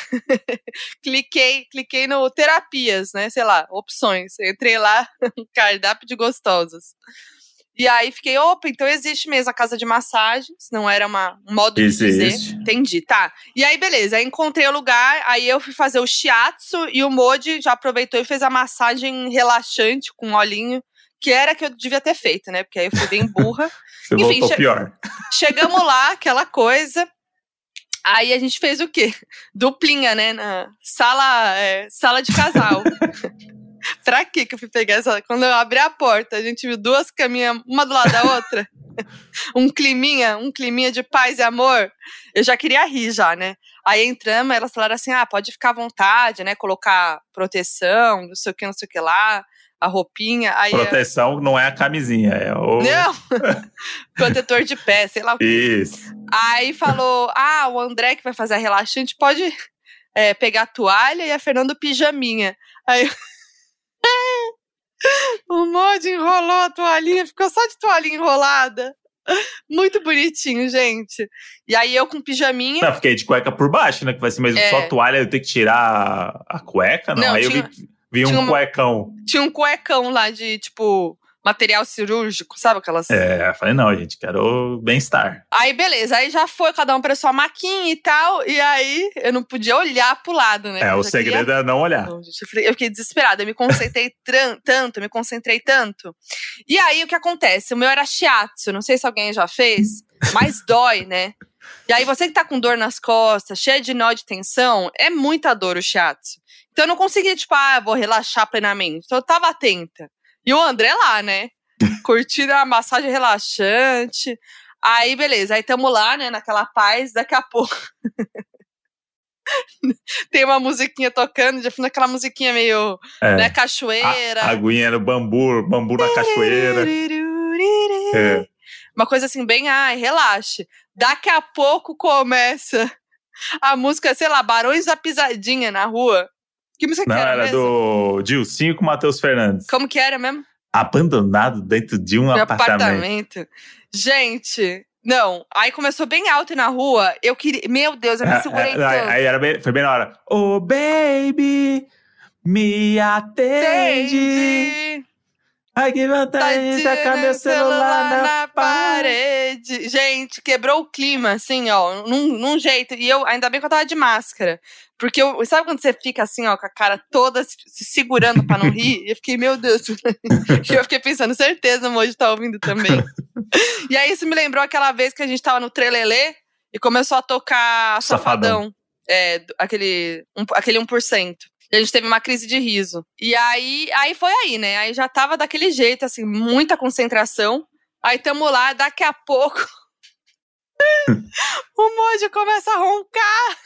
cliquei, cliquei no terapias, né? Sei lá, opções. Entrei lá, um cardápio de gostosas. E aí fiquei, opa, então existe mesmo a casa de massagens, não era uma, um modo de dizer. Existe. Entendi, tá. E aí, beleza, aí encontrei o lugar, aí eu fui fazer o shiatsu e o Modi já aproveitou e fez a massagem relaxante com olhinho, que era que eu devia ter feito, né? Porque aí eu fui bem burra. Você Enfim, voltou che- pior. Chegamos lá, aquela coisa. Aí a gente fez o quê? Duplinha, né? Na sala, é, sala de casal. Pra quê que eu fui pegar essa? Quando eu abri a porta, a gente viu duas caminhas, uma do lado da outra. um climinha, um climinha de paz e amor. Eu já queria rir já, né? Aí entramos, elas falaram assim, ah, pode ficar à vontade, né? Colocar proteção, não sei o que, não sei o que lá. a roupinha. Aí Proteção é... não é a camisinha, é o... Não! Protetor de pé, sei lá o que. Isso. Aí falou, ah, o André que vai fazer a relaxante pode é, pegar a toalha e a Fernanda o pijaminha. Aí o Mod enrolou a toalhinha, ficou só de toalhinha enrolada. Muito bonitinho, gente. E aí eu com pijaminha... Não, fiquei de cueca por baixo, né? Que vai ser mesmo é... só toalha, eu tenho que tirar a cueca, não. não aí tinha, eu vi, vi um uma, cuecão. Tinha um cuecão lá de, tipo, material cirúrgico, sabe aquelas... É, eu falei, não, gente, quero bem-estar. Aí, beleza, aí já foi, cada um pra sua maquinha e tal, e aí eu não podia olhar pro lado, né? É, o segredo queria... é não olhar. Não, gente, eu, fiquei, eu fiquei desesperada, eu me concentrei tanto, me concentrei tanto. E aí, o que acontece? O meu era shiatsu, não sei se alguém já fez, mas dói, né? E aí, você que tá com dor nas costas, cheia de nó de tensão, é muita dor o shiatsu. Então, eu não conseguia, tipo, ah, vou relaxar plenamente. Então, eu tava atenta. E o André lá, né? Curtindo a massagem relaxante. Aí, beleza. Aí, tamo lá, né? Naquela paz. Daqui a pouco... tem uma musiquinha tocando. Já fui naquela musiquinha meio... É. Né? Cachoeira. A, a aguinha no bambu. Bambu na cachoeira. É. Uma coisa assim, bem... Ai, relaxe. Daqui a pouco começa a música, sei lá, Barões da Pisadinha na rua. Que música Não, que era era mesmo? do Dilcinho com Matheus Fernandes. Como que era mesmo? Abandonado dentro de um Meu apartamento. apartamento. Gente, não. Aí começou bem alto na rua. Eu queria... Meu Deus, eu me segurei é, é, tanto. Aí era bem, foi bem na hora. Oh, baby, me atende. Entendi. Ai, que vontade de tacar meu celular na, na parede. parede. Gente, quebrou o clima, assim, ó, num, num jeito. E eu, ainda bem que eu tava de máscara. Porque, eu, sabe quando você fica assim, ó, com a cara toda se, se segurando pra não rir? E eu fiquei, meu Deus. E eu fiquei pensando, certeza o Moji tá ouvindo também. E aí isso me lembrou aquela vez que a gente tava no Trelelê e começou a tocar Safadão. Safadão. É, aquele, um, aquele um por cento. E a gente teve uma crise de riso. E aí, aí foi aí, né? Aí já tava daquele jeito, assim, muita concentração. Aí tamo lá, daqui a pouco o Moji começa a roncar.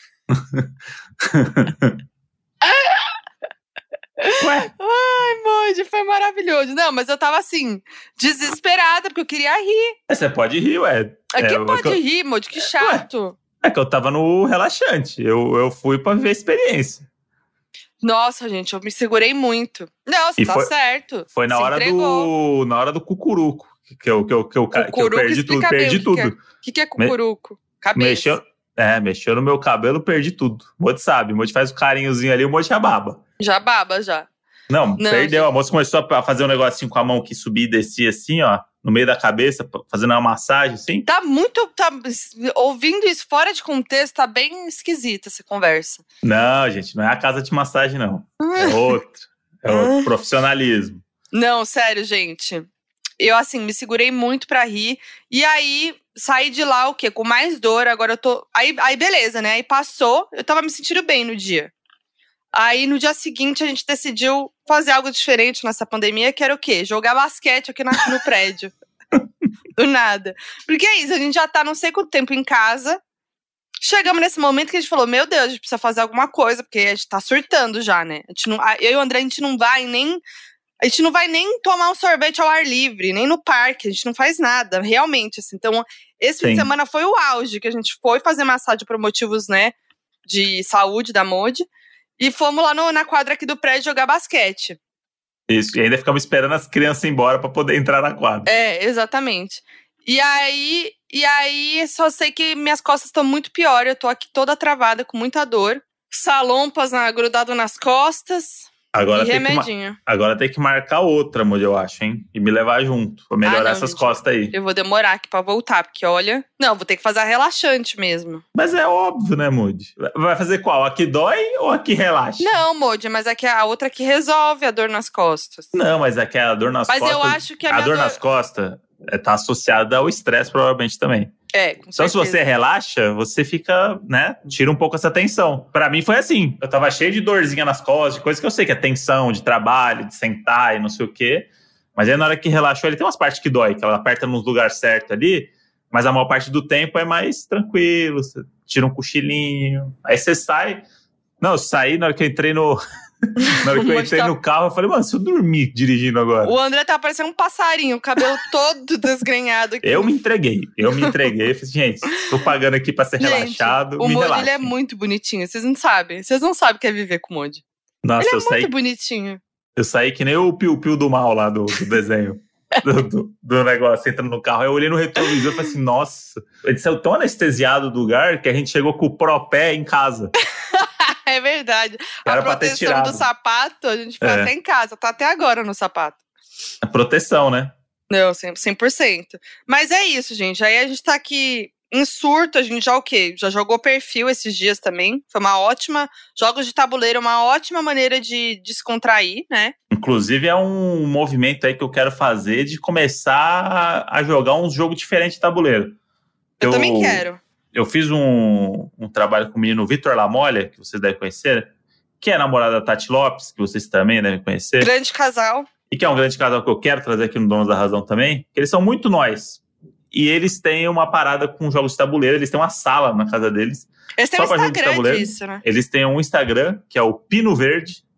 Ué? Ai, Moji, foi maravilhoso. Não, mas eu tava assim, desesperada, porque eu queria rir. Você pode rir, ué. É, Quem é, pode é eu... rir, Moji? Que chato. Ué, é que eu tava no relaxante. Eu, eu fui pra ver a experiência. Nossa, gente, eu me segurei muito. Não, você e tá foi, certo. Foi na Se hora entregou. do na hora do cucuruco que eu, que eu, que eu, que eu perdi tudo. Perdi bem, tudo. O que, que é cucuruco? Me, Cabeça. Mexeu, é, mexeu no meu cabelo, perdi tudo. O Moji sabe, o Moji faz o carinhozinho ali, o Moji já baba. Já baba, já. Não, Não perdeu. gente. A moça começou a fazer um negocinho com a mão que subia e descia assim, ó, no meio da cabeça, fazendo uma massagem, assim. Tá muito... Tá, ouvindo isso fora de contexto, tá bem esquisita essa conversa. Não, gente, não é a casa de massagem, não. É outro. É outro profissionalismo. Não, sério, gente. Eu, assim, me segurei muito pra rir. E aí, saí de lá, o quê? Com mais dor. Agora eu tô... Aí, aí beleza, né? Aí passou. Eu tava me sentindo bem no dia. Aí, no dia seguinte, a gente decidiu fazer algo diferente nessa pandemia, que era o quê? Jogar basquete aqui na, no prédio. Do nada. Porque é isso, a gente já tá não sei quanto tempo em casa. Chegamos nesse momento que a gente falou, meu Deus, a gente precisa fazer alguma coisa, porque a gente tá surtando já, né? A gente não, eu e o André, a gente não vai nem... A gente não vai nem tomar um sorvete ao ar livre, nem no parque, a gente não faz nada, realmente, assim. Então, esse Sim. fim de semana foi o auge, que a gente foi fazer massagem por motivos, né, de saúde da Moji. E fomos lá no, na quadra aqui do prédio jogar basquete. Isso, e ainda ficamos esperando as crianças ir embora pra poder entrar na quadra. É, exatamente. E aí, e aí só sei que minhas costas estão muito pior, eu tô aqui toda travada, com muita dor. Salompas na, grudado nas costas agora e tem remedinho. Que, agora tem que marcar outra, amor, eu acho, hein? E me levar junto, pra melhorar ah, não, essas gente, costas aí. Eu vou demorar aqui pra voltar, porque olha... Não, vou ter que fazer a relaxante mesmo. Mas é óbvio, né, Moji? Vai fazer qual? A que dói ou a que relaxa? Não, Moji, mas é que a outra que resolve a dor nas costas. Não, mas é que a dor nas mas costas... Mas eu acho que a, a minha dor, dor nas costas tá associada ao estresse, provavelmente, também. É, com Então, certeza. se você relaxa, você fica, né, tira um pouco essa tensão. Pra mim foi assim, eu tava cheio de dorzinha nas costas, de coisa que eu sei que é tensão, de trabalho, de sentar e não sei o quê. Mas aí na hora que relaxou, ele tem umas partes que dói, que ela aperta nos lugares certos ali, mas a maior parte do tempo é mais tranquilo, você tira um cochilinho, aí você sai... Não, eu saí na hora que eu entrei no... Na hora que eu entrei tá... no carro, eu falei, mano, se eu dormir dirigindo agora. O André tá parecendo um passarinho, o cabelo todo desgrenhado. Aqui. Eu me entreguei, eu me entreguei. Falei, gente, tô pagando aqui pra ser gente, relaxado. O me Modi, relaxem. ele é muito bonitinho, vocês não sabem. Vocês não sabem o que é viver com o Modi. Nossa, ele é eu muito saí, bonitinho. Eu saí que nem o Piu-Piu do mal lá do, do desenho. do, do, do negócio, entrando no carro. Eu olhei no retrovisor e falei assim, nossa. Ele saiu tão anestesiado do lugar que a gente chegou com o pró-pé em casa. É verdade. Era a proteção do sapato, a gente foi é. até em casa. Tá até agora no sapato. A proteção, né? Não, cem por cento. Mas é isso, gente. Aí a gente tá aqui em surto. A gente já o quê? Já jogou perfil esses dias também. Foi uma ótima... Jogos de tabuleiro, uma ótima maneira de descontrair, né? Inclusive é um movimento aí que eu quero fazer de começar a jogar uns jogos diferentes de tabuleiro. Eu, eu também quero. Eu fiz um, um trabalho com o menino Vitor Lamolha, que vocês devem conhecer, que é namorada da Tati Lopes, que vocês também devem conhecer. Grande casal. E que é um grande casal que eu quero trazer aqui no Donos da Razão também, que eles são muito nós. E eles têm uma parada com jogos de tabuleiro, eles têm uma sala na casa deles. Eles têm um Instagram disso, né? Eles têm um Instagram, que é o Pino Verde, se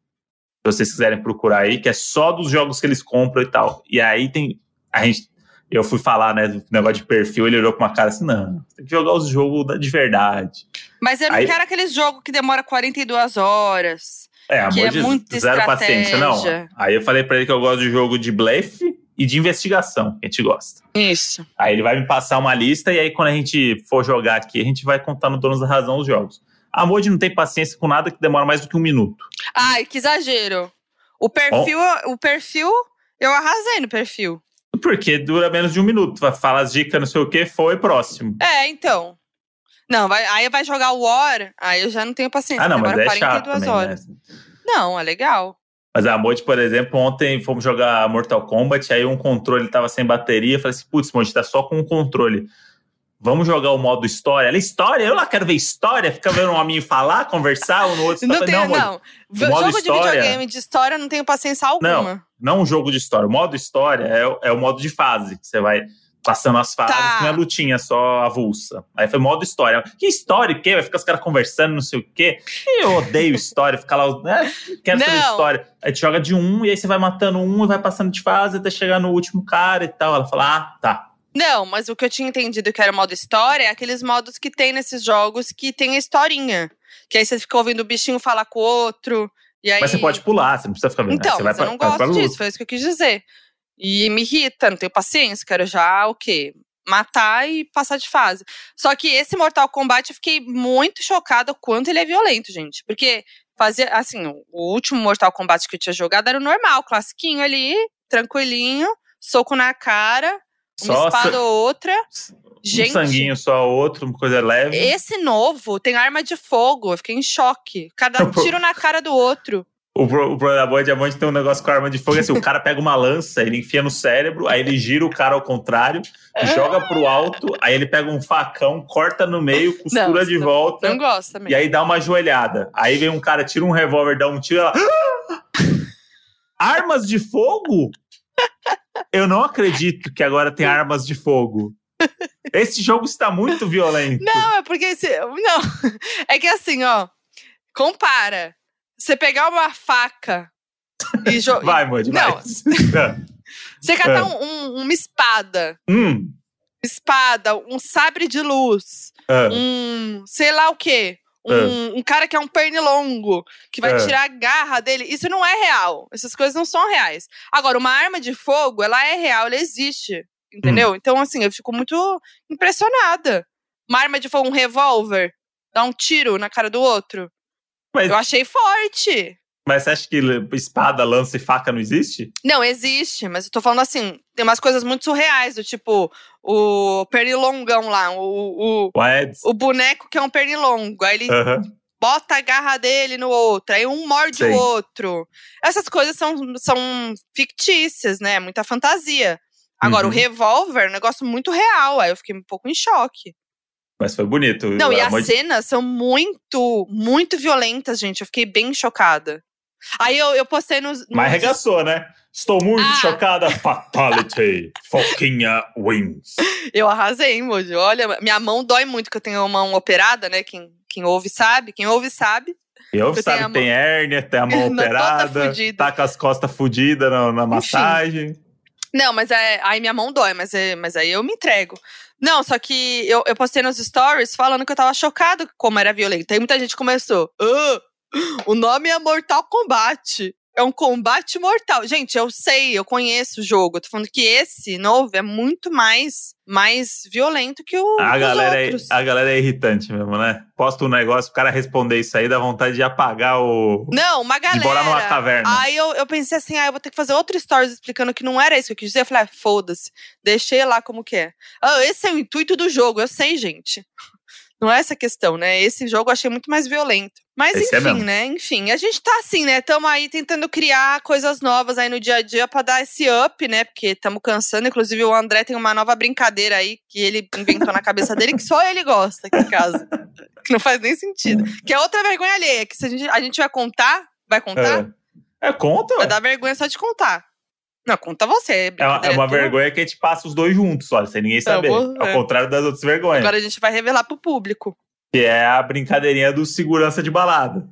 vocês quiserem procurar aí, que é só dos jogos que eles compram e tal. E aí tem... A gente... Eu fui falar, né, do negócio de perfil, ele olhou com uma cara assim, não, tem que jogar os jogos de verdade. Mas eu não aí, quero aqueles jogos que demora quarenta e duas horas. É, amor que é de muito zero estratégia. paciência, não. Aí eu falei pra ele que eu gosto de jogo de blefe e de investigação, que a gente gosta. Isso. Aí ele vai me passar uma lista e aí quando a gente for jogar aqui, a gente vai contar no Donos da Razão os jogos. A Modi não tem paciência com nada que demora mais do que um minuto. Ai, que exagero. O perfil, oh. o perfil, eu arrasei no perfil. Porque dura menos de um minuto. Fala as dicas, não sei o que, foi próximo. É, então. Não, vai, aí vai jogar o War, aí eu já não tenho paciência. Ah, não, mas é quarenta e duas chato horas. Também, né? Não, é legal. Mas a Modi, por exemplo, ontem fomos jogar Mortal Kombat, aí um controle tava sem bateria. Falei assim, putz, Modi, tá só com um controle. Vamos jogar o modo história. Ela, história? Eu lá quero ver história. Fica vendo um amigo falar, conversar, um no outro. Não, tem, não, não. Jogo história, de videogame de história não tenho paciência alguma. Não, não um jogo de história. O modo história é, é o modo de fase. Você vai passando as fases, tá. que não é lutinha, só avulsa. Aí foi modo história. Que história o quê? Vai ficar os caras conversando, não sei o quê. Eu odeio história, ficar lá, né? Quero não. saber história. Aí te joga de um, e aí você vai matando um e vai passando de fase até chegar no último cara e tal. Ela fala, ah, tá. Não, mas o que eu tinha entendido que era o modo história é aqueles modos que tem nesses jogos que tem a historinha. Que aí você fica ouvindo o bichinho falar com o outro. E aí... Mas você pode pular, você não precisa ficar vendo. Então, você mas vai eu não pra, gosto disso, foi isso que eu quis dizer. E me irrita, não tenho paciência, quero já o quê? Matar e passar de fase. Só que esse Mortal Kombat eu fiquei muito chocada o quanto ele é violento, gente. Porque fazia, assim, o último Mortal Kombat que eu tinha jogado era o normal, classiquinho ali, tranquilinho, soco na cara. Uma só espada ou outra. Gente, um sanguinho só outro, uma coisa leve. Esse novo tem arma de fogo. Eu fiquei em choque. Cada tiro na cara do outro. O problema da Boa Diamante tem um negócio com a arma de fogo. Assim, o cara pega uma lança, ele enfia no cérebro, aí ele gira o cara ao contrário, joga pro alto, aí ele pega um facão, corta no meio, costura não, de não, volta. Não gosta também. E aí dá uma joelhada. Aí vem um cara, tira um revólver, dá um tiro, ela... Armas de fogo? Eu não acredito que agora tem armas de fogo. Esse jogo está muito violento. Não, é porque... Esse, não, é que assim, ó. Compara. Você pegar uma faca e jogar... Vai, Modi, vai. Você catar é. um, um, uma espada. Hum. Espada, um sabre de luz. É. Um... Sei lá o quê. Um, é. um cara que é um pernilongo, que vai é. tirar a garra dele. Isso não é real. Essas coisas não são reais. Agora, uma arma de fogo, ela é real, ela existe. Entendeu? Hum. Então, assim, eu fico muito impressionada. Uma arma de fogo, um revólver, dar um tiro na cara do outro. Mas, eu achei forte. Mas você acha que espada, lança e faca não existe? Não, existe. Mas eu tô falando assim, tem umas coisas muito surreais, do tipo, o pernilongão lá, o, o, o boneco que é um pernilongo. Aí ele uh-huh. bota a garra dele no outro, aí um morde Sim. o outro. Essas coisas são, são fictícias, né? Muita fantasia. Agora, uhum. o revólver é um negócio muito real. Aí eu fiquei um pouco em choque. Mas foi bonito. Não, e as mãe... cenas são muito, muito violentas, gente. Eu fiquei bem chocada. Aí eu, eu postei nos... nos... Mas arregaçou, né? Estou muito ah. chocada. Fatality. Foquinha wins. Eu arrasei, hein, Moji? Olha, minha mão dói muito, que eu tenho a mão operada, né? Quem, quem ouve sabe. Quem ouve sabe. Eu, eu sabe, tem mão... hérnia, tem a mão operada, tá com as costas fodidas na, na massagem. Não, mas é, aí minha mão dói, mas, é, mas aí eu me entrego. Não, só que eu, eu postei nos stories falando que eu tava chocado como era violento. Aí muita gente começou, ah, o nome é Mortal Kombat. É um combate mortal. Gente, eu sei, eu conheço o jogo. Eu tô falando que esse novo é muito mais, mais violento que o a que galera os outros. É, a galera é irritante mesmo, né? Posta um negócio, o cara responder isso aí, dá vontade de apagar o... Não, uma galera. De morar numa caverna. Aí eu, eu pensei assim, ah, eu vou ter que fazer outro stories explicando que não era isso que eu quis dizer. Eu falei, ah, foda-se. Deixei lá como que é. Ah, esse é o intuito do jogo, eu sei, gente. Não é essa a questão, né? Esse jogo eu achei muito mais violento. Mas Esse enfim, é né? Enfim, a gente tá assim, né? Tamo aí tentando criar coisas novas aí no dia a dia pra dar esse up, né? Porque tamo cansando. Inclusive o André tem uma nova brincadeira aí que ele inventou na cabeça dele que só ele gosta aqui em casa. Que não faz nem sentido. Que é outra vergonha alheia. Que se a gente, a gente vai contar, vai contar? É, é conta, Vai ué. dar vergonha só de contar. Não, conta você. É uma, é uma vergonha que a gente passa os dois juntos, olha, sem ninguém saber. Vou, é. Ao contrário das outras vergonhas. Agora a gente vai revelar pro público. Que é a brincadeirinha do segurança de balada.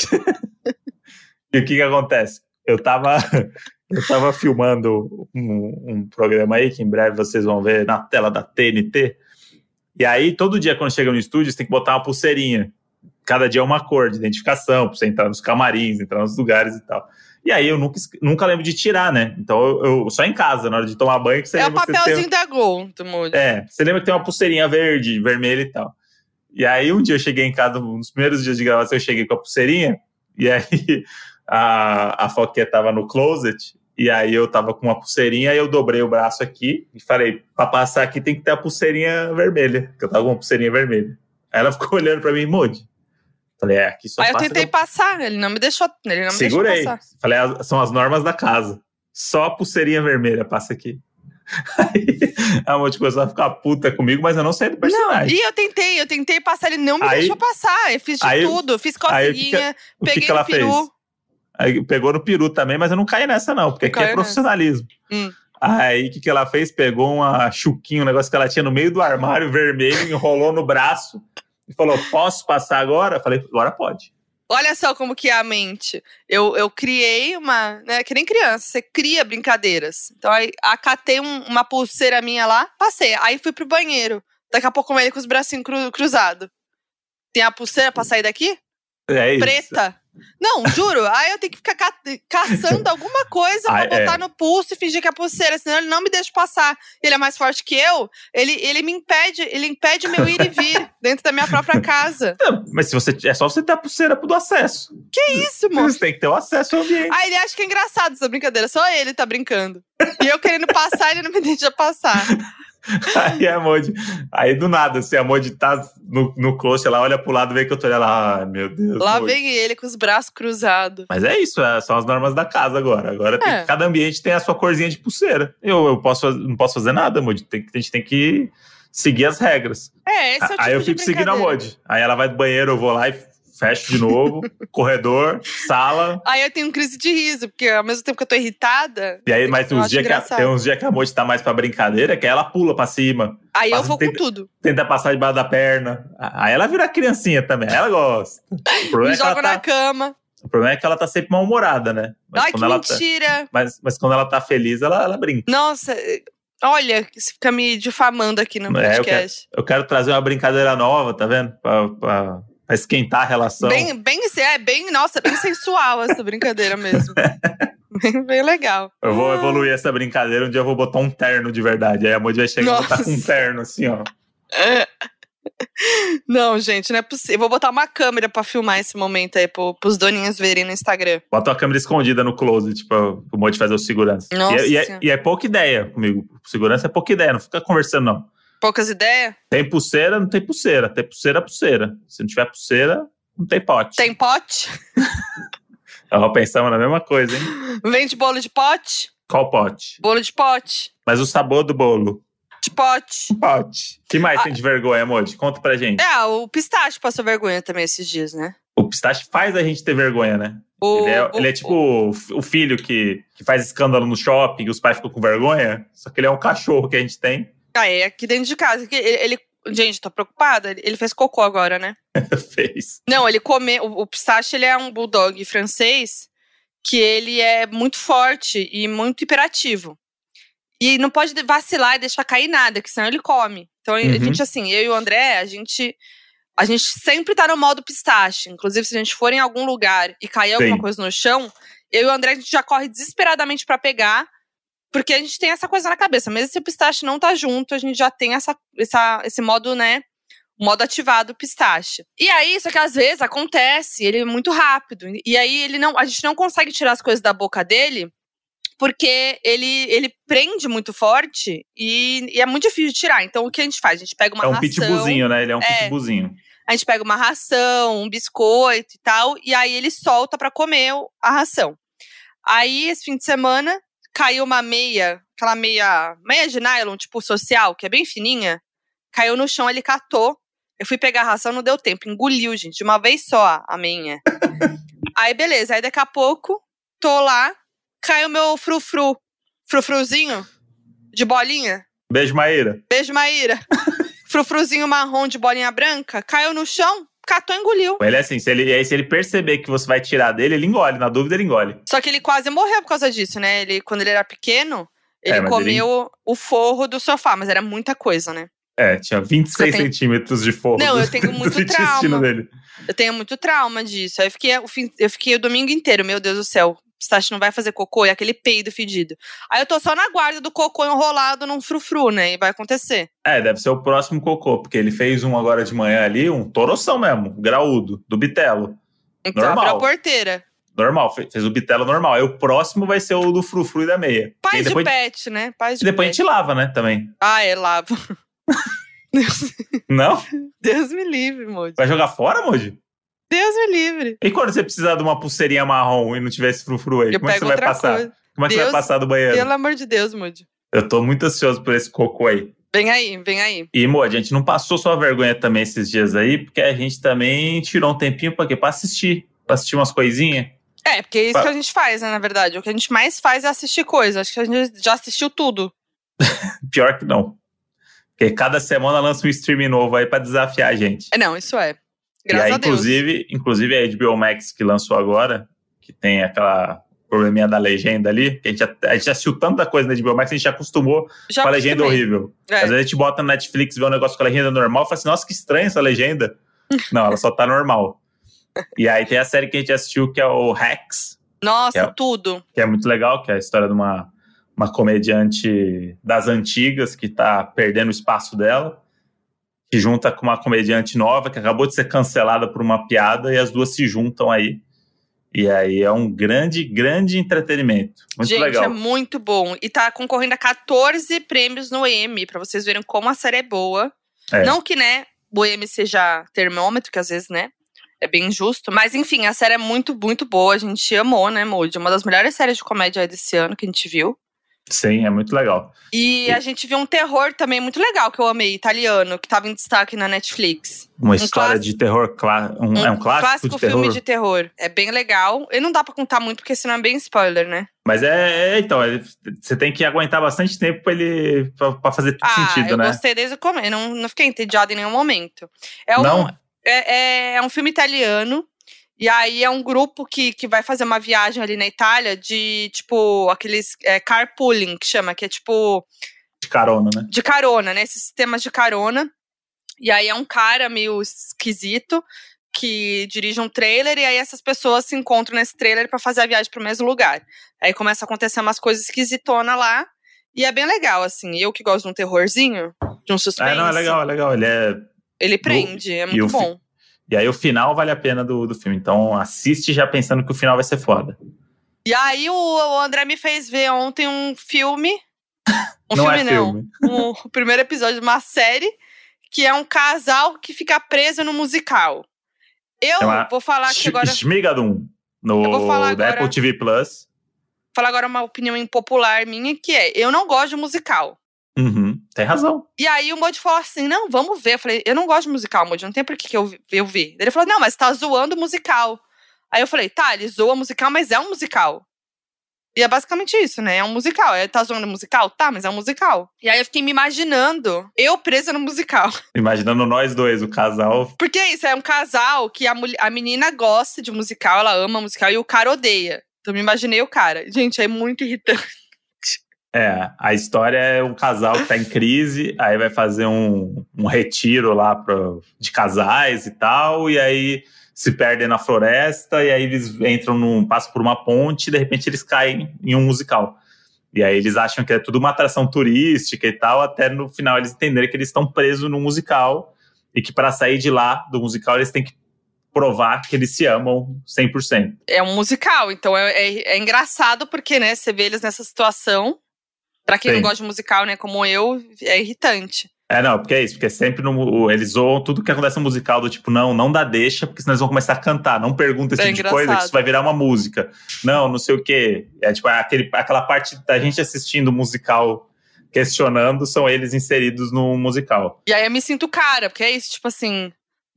E o que que acontece? Eu tava, eu tava filmando um, um programa aí, que em breve vocês vão ver na tela da T N T. E aí, todo dia quando chega no estúdio, você tem que botar uma pulseirinha. Cada dia é uma cor de identificação, pra você entrar nos camarins, entrar nos lugares e tal. E aí eu nunca, nunca lembro de tirar, né? Então eu, eu só em casa, na hora de tomar banho, que você é lembra. É o papelzinho que tem... da Gol, do Moody. É, você lembra que tem uma pulseirinha verde, vermelha e tal. E aí um dia eu cheguei em casa, nos primeiros dias de gravação, eu cheguei com a pulseirinha, e aí a, a Foquinha tava no closet, e aí eu tava com uma pulseirinha, aí eu dobrei o braço aqui, e falei, pra passar aqui tem que ter a pulseirinha vermelha, que eu tava com uma pulseirinha vermelha. Aí ela ficou olhando pra mim, Moody. Falei, é, aqui só aí passa... Aí eu tentei eu... passar, ele não me deixou, ele não me Segurei. deixou passar. Falei, são as normas da casa. Só a pulseirinha vermelha passa aqui. Aí a Moody começou a ficar puta comigo, mas eu não saí do personagem. Não, e eu tentei, eu tentei passar, ele não me aí, deixou passar. Eu fiz de aí, tudo, fiz coceguinha, que, peguei que que ela no peru. Fez? Aí pegou no peru também, mas eu não caí nessa não, porque não aqui é profissionalismo. Hum. Aí o que, que ela fez? Pegou uma chuquinha, um negócio que ela tinha no meio do armário vermelho, enrolou no braço e falou, posso passar agora? Eu falei, agora pode. Olha só como que é a mente. Eu, eu criei uma... Né, que nem criança, você cria brincadeiras. Então, aí acatei um, uma pulseira minha lá, passei. Aí fui pro banheiro. Daqui a pouco ele com os bracinhos cru, cruzados. Tem a pulseira pra sair daqui? É isso. Preta. Não, juro. Aí eu tenho que ficar ca caçando alguma coisa pra ah, botar é. no pulso e fingir que é pulseira, senão ele não me deixa passar. Ele é mais forte que eu, ele, ele me impede, ele impede meu ir e vir dentro da minha própria casa. Não, mas se você, é só você ter a pulseira do acesso. Que isso, moço? Você tem que ter o acesso ao ambiente. Aí ele acha que é engraçado essa brincadeira, só ele tá brincando. E eu querendo passar, ele não me deixa passar. Aí a Moody, aí do nada, assim, a Moody tá no, no closet, ela olha pro lado e vê que eu tô olhando lá, ai meu Deus. Lá Moody. vem ele com os braços cruzados. Mas é isso, é, são as normas da casa agora. Agora é. tem, cada ambiente tem a sua corzinha de pulseira. Eu, eu posso, não posso fazer nada, Moody. Tem, a gente tem que seguir as regras. É, esse é o tipo Aí eu fico seguindo a Moody. Aí ela vai do banheiro, eu vou lá e fecho de novo, corredor, sala. Aí eu tenho crise de riso, porque ao mesmo tempo que eu tô irritada... E aí, mas tem uns, dias que a, tem uns dias que a Moody tá mais pra brincadeira, que aí ela pula pra cima. Aí passa, eu vou tenta, com tudo. Tenta passar debaixo da perna. Aí ela vira criancinha também, ela gosta. Me é joga na tá, cama. O problema é que ela tá sempre mal-humorada, né? Mas ai, que ela mentira! Tá, mas, mas quando ela tá feliz, ela, ela brinca. Nossa... Olha, você fica me difamando aqui no podcast. É, eu, quero, eu quero trazer uma brincadeira nova, tá vendo? Pra... pra... Pra esquentar a relação. Bem, bem, é, bem, nossa, bem sensual essa brincadeira mesmo. bem, bem legal. Eu vou evoluir essa brincadeira, um dia eu vou botar um terno de verdade. Aí a Moody vai chegar e botar com um terno, assim, ó. Não, gente, não é possível. Eu vou botar uma câmera pra filmar esse momento aí, pro, pros doninhos verem no Instagram. Bota uma câmera escondida no closet, pra o Moody fazer o segurança. Nossa, e, é, e, é, e é pouca ideia comigo. Segurança é pouca ideia, não fica conversando, não. Poucas ideias? Tem pulseira, não tem pulseira. Tem pulseira, pulseira. Se não tiver pulseira, não tem pote. Tem pote? Ó, pensamos na mesma coisa, hein? Vende bolo de pote? Qual pote? Bolo de pote. Mas o sabor do bolo? De pote. Pote. O que mais ah, tem de vergonha, Moody? Conta pra gente. É, o pistache passou vergonha também esses dias, né? O pistache faz a gente ter vergonha, né? O, ele, é, o, ele é tipo o, o filho que, que faz escândalo no shopping e os pais ficam com vergonha. Só que ele é um cachorro que a gente tem. Ah, é aqui dentro de casa. Ele, ele, Gente, tô preocupada. Ele fez cocô agora, né? Fez. Não, ele comeu. O, o pistache, ele é um bulldog francês que ele é muito forte e muito hiperativo. E não pode vacilar e deixar cair nada, que senão ele come. Então, uhum. a gente, assim, eu e o André, a gente, a gente sempre tá no modo pistache. Inclusive, se a gente for em algum lugar e cair Sim. alguma coisa no chão, eu e o André, a gente já corre desesperadamente pra pegar, porque a gente tem essa coisa na cabeça. Mesmo se o pistache não tá junto, a gente já tem essa, essa, esse modo, né, modo ativado pistache. E aí, só que às vezes acontece, ele é muito rápido. E aí, ele não, a gente não consegue tirar as coisas da boca dele, porque ele, ele prende muito forte e, e é muito difícil de tirar. Então, o que a gente faz? A gente pega uma ração… É um ração, pitbullzinho, né? Ele é um é, pitbullzinho. A gente pega uma ração, um biscoito e tal, e aí ele solta pra comer a ração. Aí, esse fim de semana, caiu uma meia, aquela meia, meia de nylon, tipo social, que é bem fininha. Caiu no chão, ele catou. Eu fui pegar a ração, não deu tempo. Engoliu, gente, de uma vez só a meia. Aí, beleza. Aí, daqui a pouco, tô lá. Caiu meu frufru, frufruzinho de bolinha. Beijo, Maíra. Beijo, Maíra. Frufruzinho marrom de bolinha branca, caiu no chão, catou e engoliu. Ele é assim, se ele, se ele perceber que você vai tirar dele, ele engole, na dúvida ele engole. Só que ele quase morreu por causa disso, né? Ele, quando ele era pequeno, ele é, comeu ele… o forro do sofá, mas era muita coisa, né? É, tinha vinte e seis tenho… centímetros de forro. Não, do, eu tenho muito trauma. Dele. Eu tenho muito trauma disso. Aí eu fiquei, eu fiquei o domingo inteiro, meu Deus do céu. Pistache não vai fazer cocô, e aquele peido fedido. Aí eu tô só na guarda do cocô enrolado num frufru, né? E vai acontecer. É, deve ser o próximo cocô, porque ele fez um agora de manhã ali, um toroção mesmo, graúdo, do bitelo. Então, normal. Abriu a porteira. Normal, fez o bitelo normal. Aí o próximo vai ser o do frufru e da meia. Paz depois, de pet, né? Paz de e depois pet. a gente lava, né, também. Ah, é, lava. Deus. Não? Deus me livre, Moji. Vai jogar fora, Moji? Deus me livre. E quando você precisar de uma pulseirinha marrom e não tiver esse frufru aí, eu como é que você vai passar? Coisa. Como é que Deus, você vai passar do banheiro? Pelo amor de Deus, Moji. Eu tô muito ansioso por esse cocô aí. Vem aí, vem aí. E, Moji, a gente não passou sua vergonha também esses dias aí, porque a gente também tirou um tempinho pra quê? Pra assistir. Pra assistir umas coisinhas. É, porque é isso pra... que a gente faz, né, na verdade. O que a gente mais faz é assistir coisa. Acho que a gente já assistiu tudo. Pior que não. Porque cada semana lança um streaming novo aí pra desafiar a gente. Não, isso é. Graças e aí, a Deus. Inclusive, inclusive a H B O Max que lançou agora, que tem aquela probleminha da legenda ali, que a gente já, a gente já assistiu tanta coisa na H B O Max, a gente já acostumou já com a legenda acostumei. horrível. É. Às vezes a gente bota no Netflix, vê um negócio com a legenda normal e fala assim, nossa, que estranha essa legenda. Não, ela só tá normal. E aí tem a série que a gente assistiu, que é o Hacks. Nossa, que é, tudo. Que é muito legal, que é a história de uma, uma comediante das antigas que tá perdendo o espaço dela, que junta com uma comediante nova, que acabou de ser cancelada por uma piada, e as duas se juntam aí. E aí é um grande, grande entretenimento. Muito Gente, legal. É muito bom. E tá concorrendo a catorze prêmios no Emmy, pra vocês verem como a série é boa. É. Não que, né, o Emmy seja termômetro, que às vezes, né, é bem injusto. Mas, enfim, a série é muito, muito boa. A gente amou, né, Moody? Uma das melhores séries de comédia desse ano que a gente viu. Sim, é muito legal. E, e a gente viu um terror também muito legal, que eu amei, italiano, que tava em destaque na Netflix. Uma um história clássico, de terror, clá- um, um é um clássico, clássico de terror? filme de terror. É bem legal. E não dá pra contar muito, porque senão é bem spoiler, né? Mas é, é então, é, você tem que aguentar bastante tempo pra ele, pra, pra fazer tudo ah, sentido, eu né? Eu gostei desde o começo, não, não fiquei entediada em nenhum momento. É um, não? É, é, é um filme italiano. E aí é um grupo que, que vai fazer uma viagem ali na Itália de, tipo, aqueles é, carpooling, que chama, que é tipo… De carona, né? De carona, né? Esses sistemas de carona. E aí é um cara meio esquisito que dirige um trailer e aí essas pessoas se encontram nesse trailer pra fazer a viagem pro mesmo lugar. Aí começa a acontecer umas coisas esquisitonas lá e é bem legal, assim. Eu que gosto de um terrorzinho, de um suspense. É, não, é legal, é legal. Ele é… Ele prende, é muito bom. Fi... E aí o final vale a pena do, do filme. Então assiste já pensando que o final vai ser foda. E aí o, o André me fez ver ontem um filme… Um não filme é não. Filme. Um, o primeiro episódio de uma série que é um casal que fica preso no musical. Eu Chama vou falar aqui agora… Shmigadum, no eu vou falar da agora, Apple T V Plus. Vou falar agora uma opinião impopular minha, que é, eu não gosto de musical. Uhum, tem razão. E aí o Moody falou assim, não, vamos ver. Eu falei, eu não gosto de musical, Moody, não tem por que eu, eu ver. Ele falou, não, mas tá zoando o musical. Aí eu falei, tá, ele zoa musical, mas é um musical. E é basicamente isso, né? É um musical. É, tá zoando musical? Tá, mas é um musical. E aí eu fiquei me imaginando, eu presa no musical. Imaginando nós dois, o casal. Porque é isso, é um casal que a, mulher, a menina gosta de musical, ela ama musical, e o cara odeia. Então me imaginei o cara. Gente, é muito irritante. É, a história é um casal que tá em crise, aí vai fazer um, um retiro lá pro, de casais e tal, e aí se perdem na floresta, e aí eles entram num, passam por uma ponte, e de repente eles caem em um musical. E aí eles acham que é tudo uma atração turística e tal, até no final eles entenderem que eles estão presos num musical, e que para sair de lá, do musical, eles têm que provar que eles se amam cem por cento. É um musical, então é, é, é engraçado porque, né, você vê eles nessa situação. Pra quem Sim. não gosta de musical, né, como eu, é irritante. É, não, porque é isso, porque sempre no, eles zoam tudo que acontece no musical, do tipo, não, não dá deixa, porque senão eles vão começar a cantar, não pergunta esse é tipo engraçado. de coisa, que isso vai virar uma música. Não, não sei o quê. É tipo, aquele, aquela parte da gente assistindo o musical, questionando, são eles inseridos no musical. E aí eu me sinto cara, porque é isso, tipo assim,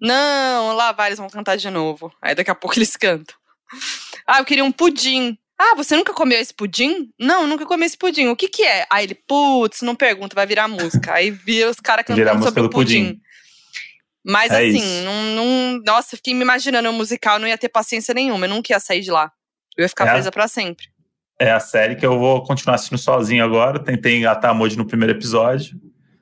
não, lá vai, eles vão cantar de novo. Aí daqui a pouco eles cantam. Ah, eu queria um pudim. Ah, você nunca comeu esse pudim? Não, nunca comi esse pudim. O que que é? Aí ele, putz, não pergunta, vai virar música. Aí vira os caras cantando sobre o pudim. pudim. Mas é assim, não, não, nossa, eu fiquei me imaginando um musical, não ia ter paciência nenhuma, eu nunca ia sair de lá. Eu ia ficar é presa a, pra sempre. É a série que eu vou continuar assistindo sozinho agora. Tentei engatar a Moji no primeiro episódio.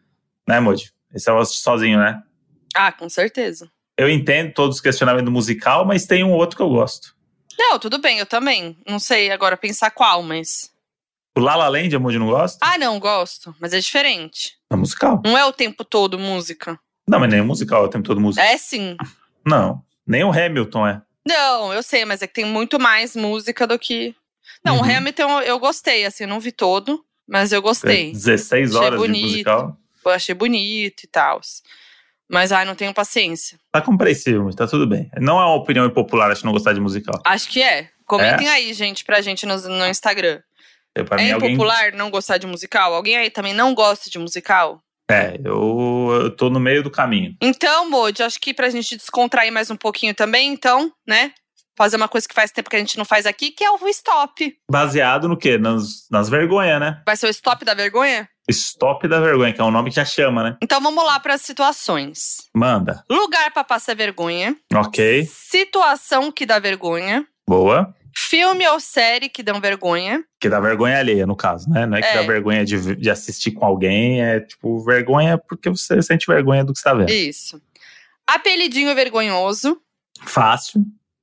Né, Moji? Esse eu vou assistir sozinho, né? Ah, com certeza. Eu entendo todos os questionamentos do musical, mas tem um outro que eu gosto. Não, tudo bem, eu também. Não sei agora pensar qual, mas... O La La Land, a Moji não gosta? Ah, não, gosto. Mas é diferente. É musical. Não é o tempo todo música. Não, mas nem o musical é o tempo todo música. É sim. Não, nem o Hamilton é. Não, eu sei, mas é que tem muito mais música do que... Não, uhum. O Hamilton eu gostei, assim, eu não vi todo, mas eu gostei. dezesseis horas achei bonito, de musical. Eu achei bonito e tal. Mas, ai, não tenho paciência. Tá compreensível, mas tá tudo bem. Não é uma opinião impopular, acho que não gostar de musical. Acho que é. Comentem é? aí, gente, pra gente no, no Instagram. Eu, pra é mim, impopular alguém... não gostar de musical? Alguém aí também não gosta de musical? É, eu, eu tô no meio do caminho. Então, Modi, acho que pra gente descontrair mais um pouquinho também, então, né? Fazer uma coisa que faz tempo que a gente não faz aqui, que é o stop. Baseado no quê? Nas, nas vergonhas, né? Vai ser o stop da vergonha? Stop da vergonha, que é um nome que já chama, né? Então vamos lá para as situações. Manda. Lugar para passar vergonha. Ok. Situação que dá vergonha. Boa. Filme ou série que dão vergonha. Que dá vergonha alheia, no caso, né? Não é que é. dá vergonha de, de assistir com alguém, é tipo vergonha porque você sente vergonha do que você tá vendo. Isso. Apelidinho vergonhoso. Fácil.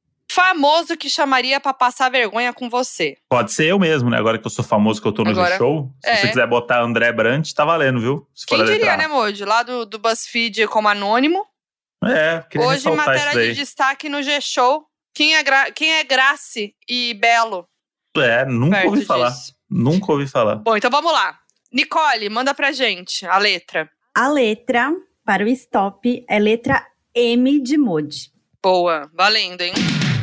Famoso que chamaria pra passar vergonha com você. Pode ser eu mesmo, né? Agora que eu sou famoso, que eu tô no Agora, G-Show. Se é. você quiser botar André Brant, tá valendo, viu? Se Quem diria, né, Moji? Lá do, do BuzzFeed como anônimo. É, queria Hoje, matéria de destaque no G-Show. Quem é, gra... Quem é Grace e Belo? É, nunca ouvi disso. falar. Nunca ouvi falar. Bom, então vamos lá. Nicole, manda pra gente a letra. A letra para o stop é letra M de Moji. Boa, valendo, hein?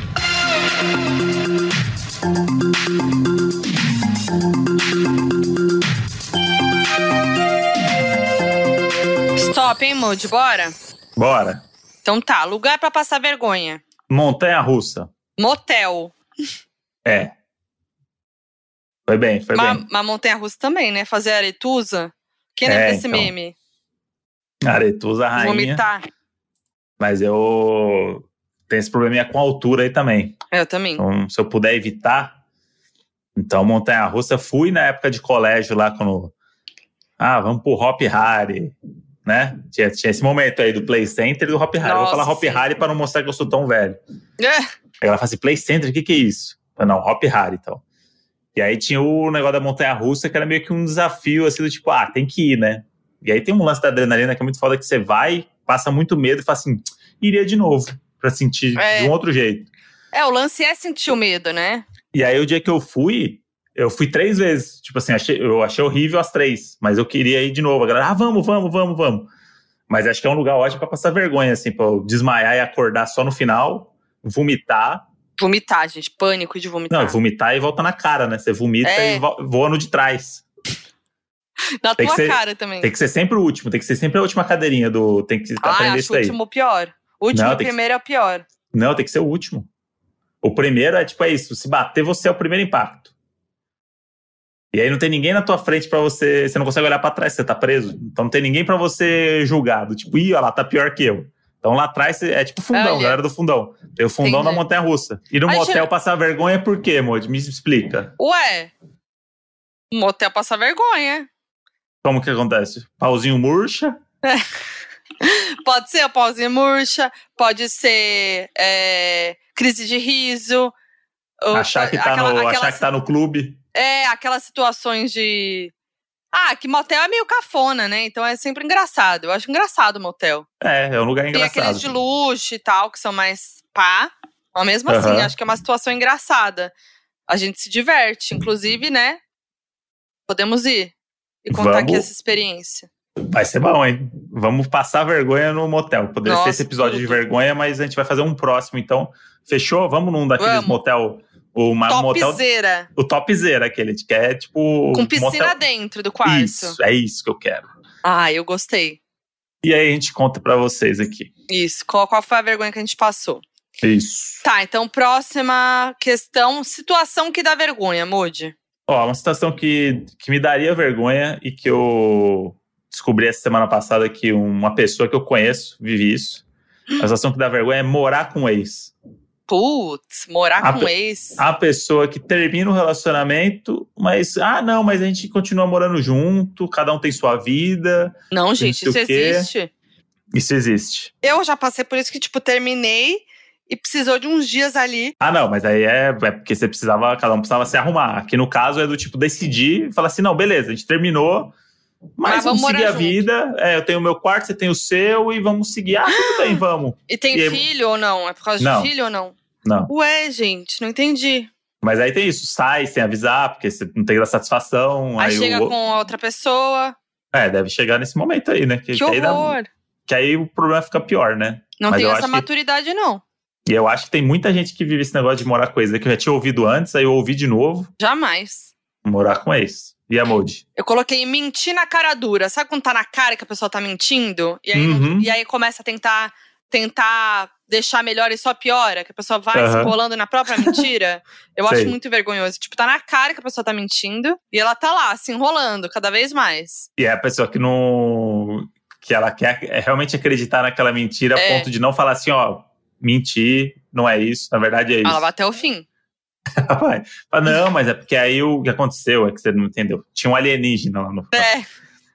Stop, hein, Moji? Bora? Bora. Então tá, lugar pra passar vergonha. Montanha-russa. Motel. É. Foi bem, foi Ma, bem. Mas montanha-russa também, né? Fazer aretusa. Quem lembra é, desse então. meme? Aretusa, rainha. Vomitar. Mas eu... Tem esse probleminha com a altura aí também. Eu também. Então, se eu puder evitar... Então, montanha-russa, fui na época de colégio lá, quando... Ah, vamos pro Hop Harry, né? Tinha, tinha esse momento aí do Play Center e do Hop Harry. Nossa, eu vou falar Hop sim. Harry pra não mostrar que eu sou tão velho. É. Aí ela fala assim, Play Center, o que que é isso? Eu, não, Hop Harry, então. E aí tinha o negócio da montanha-russa, que era meio que um desafio, assim, do tipo, ah, tem que ir, né? E aí tem um lance da adrenalina que é muito foda, que você vai, passa muito medo e fala assim, iria de novo, pra sentir é. de um outro jeito. É, o lance é sentir o medo, né? E aí o dia que eu fui, eu fui três vezes. Tipo assim, achei, eu achei horrível as três, mas eu queria ir de novo. A galera, ah, vamos, vamos, vamos, vamos. Mas acho que é um lugar ótimo pra passar vergonha, assim, pra eu desmaiar e acordar só no final, vomitar. Vomitar, gente, pânico de vomitar. Não, vomitar e volta na cara, né? Você vomita é. e voa no de trás. Na tem tua ser, cara também. Tem que ser sempre o último, tem que ser sempre a última cadeirinha do... Tem que ah, aprender acho isso aí. o último pior. O último Não, e primeiro que... é o pior. Não, tem que ser o último. O primeiro é tipo, é isso, se bater você é o primeiro impacto. E aí não tem ninguém na tua frente pra você... Você não consegue olhar pra trás, você tá preso. Então não tem ninguém pra você julgado. Tipo, ih, olha lá, tá pior que eu. Então lá atrás é tipo fundão, Olha. galera do fundão. Tem o fundão Entendi. da montanha-russa. E no Mas motel já- passar vergonha por quê, Moody? Me explica. Ué, o motel passa vergonha. Como que acontece? Pauzinho murcha? Pode ser o pauzinho murcha, pode ser é, crise de riso. ou- Achar que, tá aquela- no, aquelas- achar que tá no clube? É, aquelas situações de... Ah, que motel é meio cafona, né? Então é sempre engraçado. Eu acho engraçado o motel. É, é um lugar Tem engraçado. aqueles de luxo e tal, que são mais pá. Mas mesmo assim, Aham. acho que é uma situação engraçada. A gente se diverte. Inclusive, né? Podemos ir e contar Vamos. aqui essa experiência. Vai ser bom, hein? Vamos passar vergonha no motel. Poderia Nossa, ser esse episódio de tudo. vergonha, mas a gente vai fazer um próximo, então. Fechou? Vamos num daqueles Vamos. motel... O ma- motel, Topzera. o topzera, aquele que é tipo... Com piscina motel. dentro do quarto. Isso, é isso que eu quero. Ah, eu gostei. E aí a gente conta pra vocês aqui. Isso. Qual, qual foi a vergonha que a gente passou? Isso. Tá, então próxima questão. Situação que dá vergonha, Moody. Ó, uma situação que, que me daria vergonha e que eu descobri essa semana passada que uma pessoa que eu conheço vive isso. A situação que dá vergonha é morar com um ex. Putz, morar A com pe- ex. A pessoa que termina o relacionamento, mas, ah, não, mas a gente continua morando junto, cada um tem sua vida. Não, gente, não isso sei o quê. existe. Isso existe. Eu já passei por isso que, tipo, terminei e precisou de uns dias ali. Ah, não, mas aí é, é porque você precisava, cada um precisava se arrumar. Aqui no caso é do tipo decidir e falar assim: não, beleza, a gente terminou, mas, Mas vamos, vamos seguir morar a junto. vida. É, eu tenho o meu quarto, você tem o seu e vamos seguir. Ah, tudo bem, vamos. E tem E aí- filho ou não? É por causa Não. de filho ou não? Não. Ué, gente, não entendi. Mas aí tem isso, sai sem avisar, porque você não tem a satisfação. Aí, Aí chega o... com outra pessoa. É, deve chegar nesse momento aí, né? Que que, aí dá- horror. que aí o problema fica pior, né? Não Mas tem eu essa acho que- maturidade, não. E eu acho que tem muita gente que vive esse negócio de morar com ex, né? Que eu já tinha ouvido antes, aí eu ouvi de novo, Jamais. morar com ex. E a Moody? Eu coloquei mentir na cara dura. Sabe quando tá na cara que a pessoa tá mentindo? E aí, não- Uhum. e aí começa a tentar, tentar deixar melhor e só piora? Que a pessoa vai se Aham. enrolando na própria mentira? Eu Sei. acho muito vergonhoso. Tipo, tá na cara que a pessoa tá mentindo e ela tá lá, se enrolando cada vez mais. E é a pessoa que não... Que ela quer é realmente acreditar naquela mentira É. a ponto de não falar assim, ó, mentir, não é isso, na verdade é isso. Ela vai até o fim. Vai. Fala, não, mas é porque aí o que aconteceu é que você não entendeu. Tinha um alienígena lá no... É.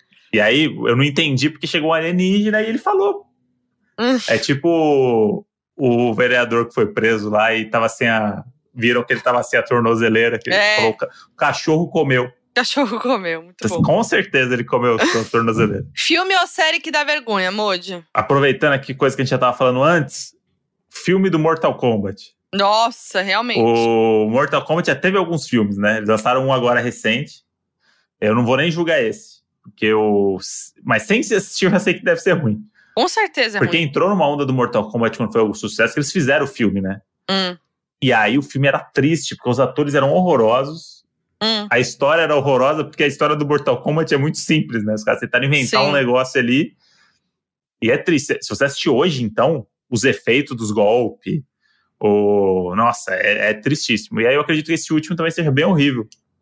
E aí eu não entendi porque chegou um alienígena e ele falou. Hum. É tipo o vereador que foi preso lá e tava sem a... Viram que ele tava sem a tornozeleira, que ele É. falou, o cachorro comeu. O cachorro comeu, muito bom. Com certeza ele comeu a tornozeleira. Filme ou série que dá vergonha, Moody? Aproveitando aqui coisa que a gente já tava falando antes, filme do Mortal Kombat. Nossa, realmente. O Mortal Kombat já teve alguns filmes, né? Eles lançaram um agora recente. Eu não vou nem julgar esse. Porque eu... Mas sem se assistir, eu já sei que deve ser ruim. Com certeza é Porque ruim. entrou numa onda do Mortal Kombat quando foi o sucesso, que eles fizeram o filme, né? Hum, E aí o filme era triste, porque os atores eram horrorosos. hum. A história era horrorosa, porque a história do Mortal Kombat é muito simples, né? Os caras tentaram inventar Sim. um negócio ali. E é triste. Se você assistir hoje, então, os efeitos dos golpes... O... Nossa, é, é tristíssimo. E aí eu acredito que esse último também seja bem horrível.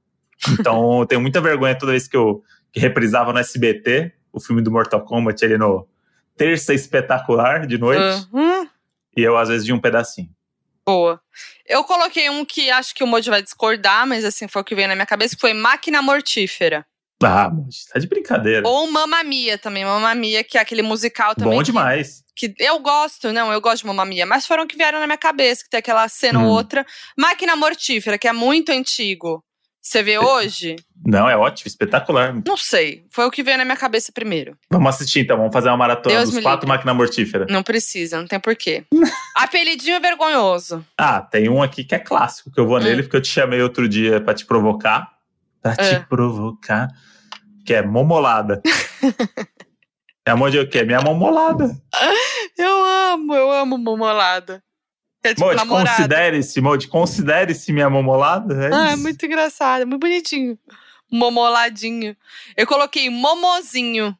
Então eu tenho muita vergonha toda vez que eu que reprisava no S B T o filme do Mortal Kombat ali no Terça Espetacular de noite. Uhum. E eu às vezes vi um pedacinho. Boa. Eu coloquei um que acho que o Moody vai discordar, mas assim, foi o que veio na minha cabeça, que foi Máquina Mortífera. Ah, tá de brincadeira. Ou Mamma Mia também, Mamma Mia, que é aquele musical também. Bom que- demais. Que eu gosto, não, eu gosto de Mamma Mia, mas foram que vieram na minha cabeça, que tem aquela cena Hum. ou outra. Máquina Mortífera, que é muito antigo. Você vê hoje? Não, é ótimo, espetacular. Não sei. Foi o que veio na minha cabeça primeiro. Vamos assistir então, vamos fazer uma maratona Deus dos me quatro livre. Máquina Mortífera. Não precisa, não tem porquê. Apelidinho vergonhoso. Ah, tem um aqui que é clássico, que eu vou Hum. nele, porque eu te chamei outro dia pra te provocar. Pra É. te provocar. Que é momolada. É a Moody o quê? Minha momolada. Eu amo, eu amo momolada. É tipo Moody, namorada. considere-se, Moody, considere-se minha momolada. É Ah, é isso. muito engraçado, é muito bonitinho. Momoladinho. Eu coloquei momozinho.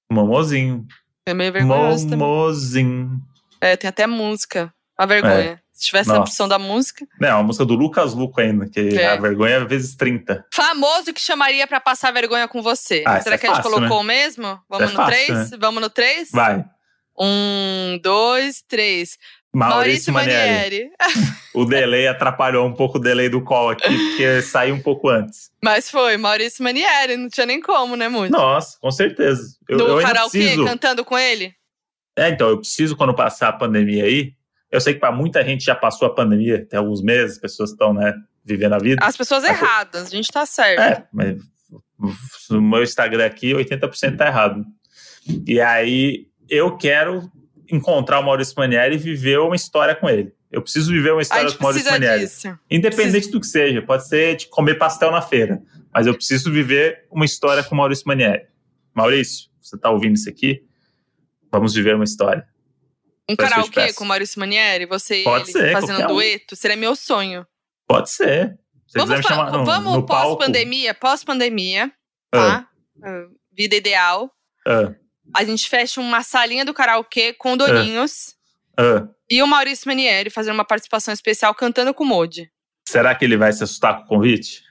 Momozinho. É meio vergonhoso também. Momozinho. É, tem até música. A vergonha. Se tivesse Nossa. a opção da música. Não, a música do Lucas Luco ainda, que É. a vergonha é vezes trinta. Famoso que chamaria pra passar vergonha com você. Ah, Será é que a gente fácil, colocou né? o mesmo? Vamos é no fácil, três? né? Vamos no três? Vai. Um, dois, três. Maurício, Maurício Manieri. Manieri. O delay atrapalhou um pouco o delay do call aqui, porque saiu um pouco antes. Mas foi, Maurício Manieri. Não tinha nem como, né, Mude? Nossa, com certeza. Eu, no eu ainda karaokê, preciso... cantando com ele? É, então, eu preciso, quando passar a pandemia aí, eu sei que para muita gente já passou a pandemia, tem alguns meses, as pessoas estão, né, vivendo a vida. As pessoas erradas, a gente tá certo. É, mas no meu Instagram aqui, oitenta por cento tá errado. E aí, eu quero encontrar o Maurício Manieri e viver uma história com ele. Eu preciso viver uma história com o Maurício Manieri. Disso. Independente precisa... do que seja, pode ser de comer pastel na feira, mas eu preciso viver uma história com o Maurício Manieri. Maurício, você tá ouvindo isso aqui? Vamos viver uma história. Um karaokê com o Maurício Manieri? Você e pode ele ser, fazendo um um. dueto? Seria meu sonho. Pode ser. Se vamos me chamar no, vamos no pós-pandemia, pós-pandemia, tá? Uh. Vida ideal. Uh. A gente fecha uma salinha do karaokê com doninhos. Uh. Uh. E o Maurício Manieri fazendo uma participação especial cantando com o Modi. Será que ele vai se assustar com o convite?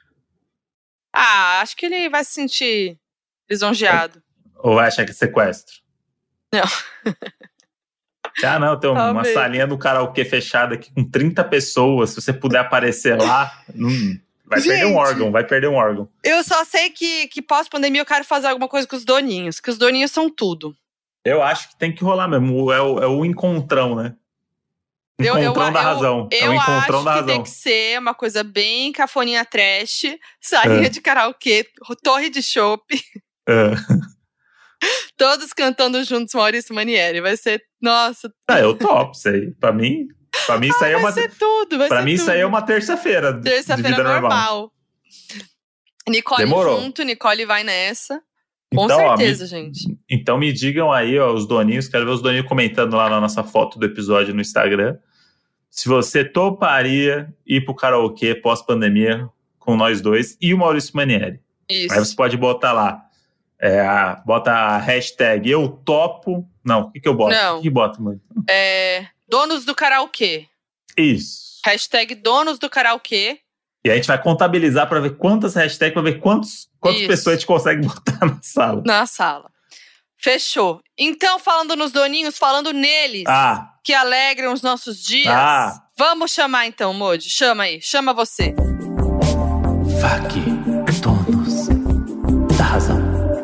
Ah, acho que ele vai se sentir lisonjeado. Ou vai achar que é sequestro? Não. Ah, não, tem uma Talvez. salinha do karaokê fechada aqui com trinta pessoas. Se você puder aparecer lá, não, vai Gente, perder um órgão, vai perder um órgão. Eu só sei que, que pós-pandemia eu quero fazer alguma coisa com os doninhos, que os doninhos são tudo. Eu acho que tem que rolar mesmo, é o, é o encontrão, né? Encontrão eu, eu, da eu, razão. Eu é o encontrão acho da que razão. tem que ser uma coisa bem cafoninha trash, salinha é. de karaokê, torre de chopp. É. Todos cantando juntos Maurício Manieri. Vai ser, nossa. Ah, eu topo isso aí. Pra mim, pra mim isso aí ah, é uma... Vai ser tudo, vai pra ser mim tudo. isso aí é uma terça-feira de Terça-feira vida normal. normal. Nicole Demorou. junto, Nicole vai nessa. Com então, certeza, ó, me, gente. Então me digam aí, ó, os doninhos, quero ver os doninhos comentando lá na nossa foto do episódio no Instagram. Se você toparia ir pro karaokê pós-pandemia com nós dois e o Maurício Manieri. Isso. Aí você pode botar lá, é, a, bota a hashtag eu topo. Não, o que, que eu boto? Não. O que, que bota, mano? É, donos do karaokê. Isso. Hashtag donos do karaokê. E a gente vai contabilizar para ver quantas hashtags, para ver quantos, quantas pessoas a gente consegue botar na sala. Na sala. Fechou. Então, falando nos doninhos, falando neles, ah. que alegram os nossos dias, ah. vamos chamar então, Modi. Chama aí, chama você. F A Q, donos da razão.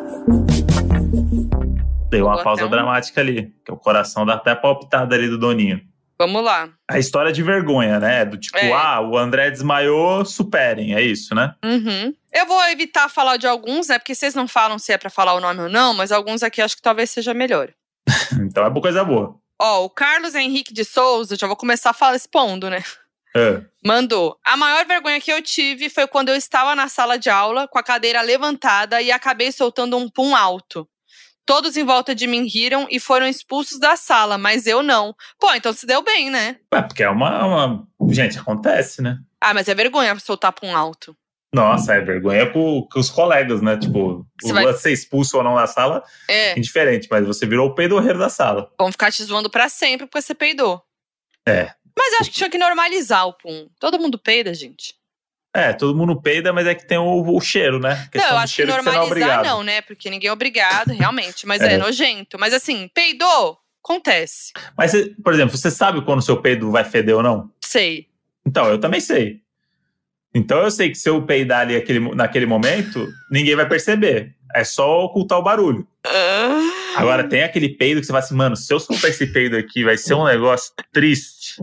Deu uma pausa um... dramática ali, que o coração dá até a palpitada ali do doninho. Vamos lá. A história de vergonha, né? Do tipo, é. ah, o André desmaiou, superem. É isso, né? Uhum. Eu vou evitar falar de alguns, né? Porque vocês não falam se é pra falar o nome ou não, mas alguns aqui acho que talvez seja melhor. Então é coisa boa. Ó, o Carlos Henrique de Souza, já vou começar a falar expondo, né? É. Mandou. A maior vergonha que eu tive foi quando eu estava na sala de aula, com a cadeira levantada e acabei soltando um pum alto. Todos em volta de mim riram e foram expulsos da sala, mas eu não. Pô, então se deu bem, né? É, porque é uma, uma... Gente, acontece, né? Ah, mas é vergonha soltar pum alto. Nossa, é vergonha com, com os colegas, né? Tipo, você vai ser expulso ou não da sala é indiferente, mas você virou o peidorreiro da sala. Vão ficar te zoando pra sempre porque você peidou. É. Mas eu acho que tinha que normalizar o pum. Todo mundo peida, gente. É, todo mundo peida, mas é que tem o, o cheiro, né? Não, eu acho que normalizar não, não, né? Porque ninguém é obrigado, realmente. Mas é. é nojento. Mas assim, peidou, acontece. Mas, por exemplo, você sabe quando o seu peido vai feder ou não? Sei. Então, eu também sei. Então eu sei que se eu peidar ali aquele, naquele momento, ninguém vai perceber. É só ocultar o barulho. Ah. Agora, tem aquele peido que você fala assim, mano, se eu soltar esse peido aqui, vai ser um negócio triste.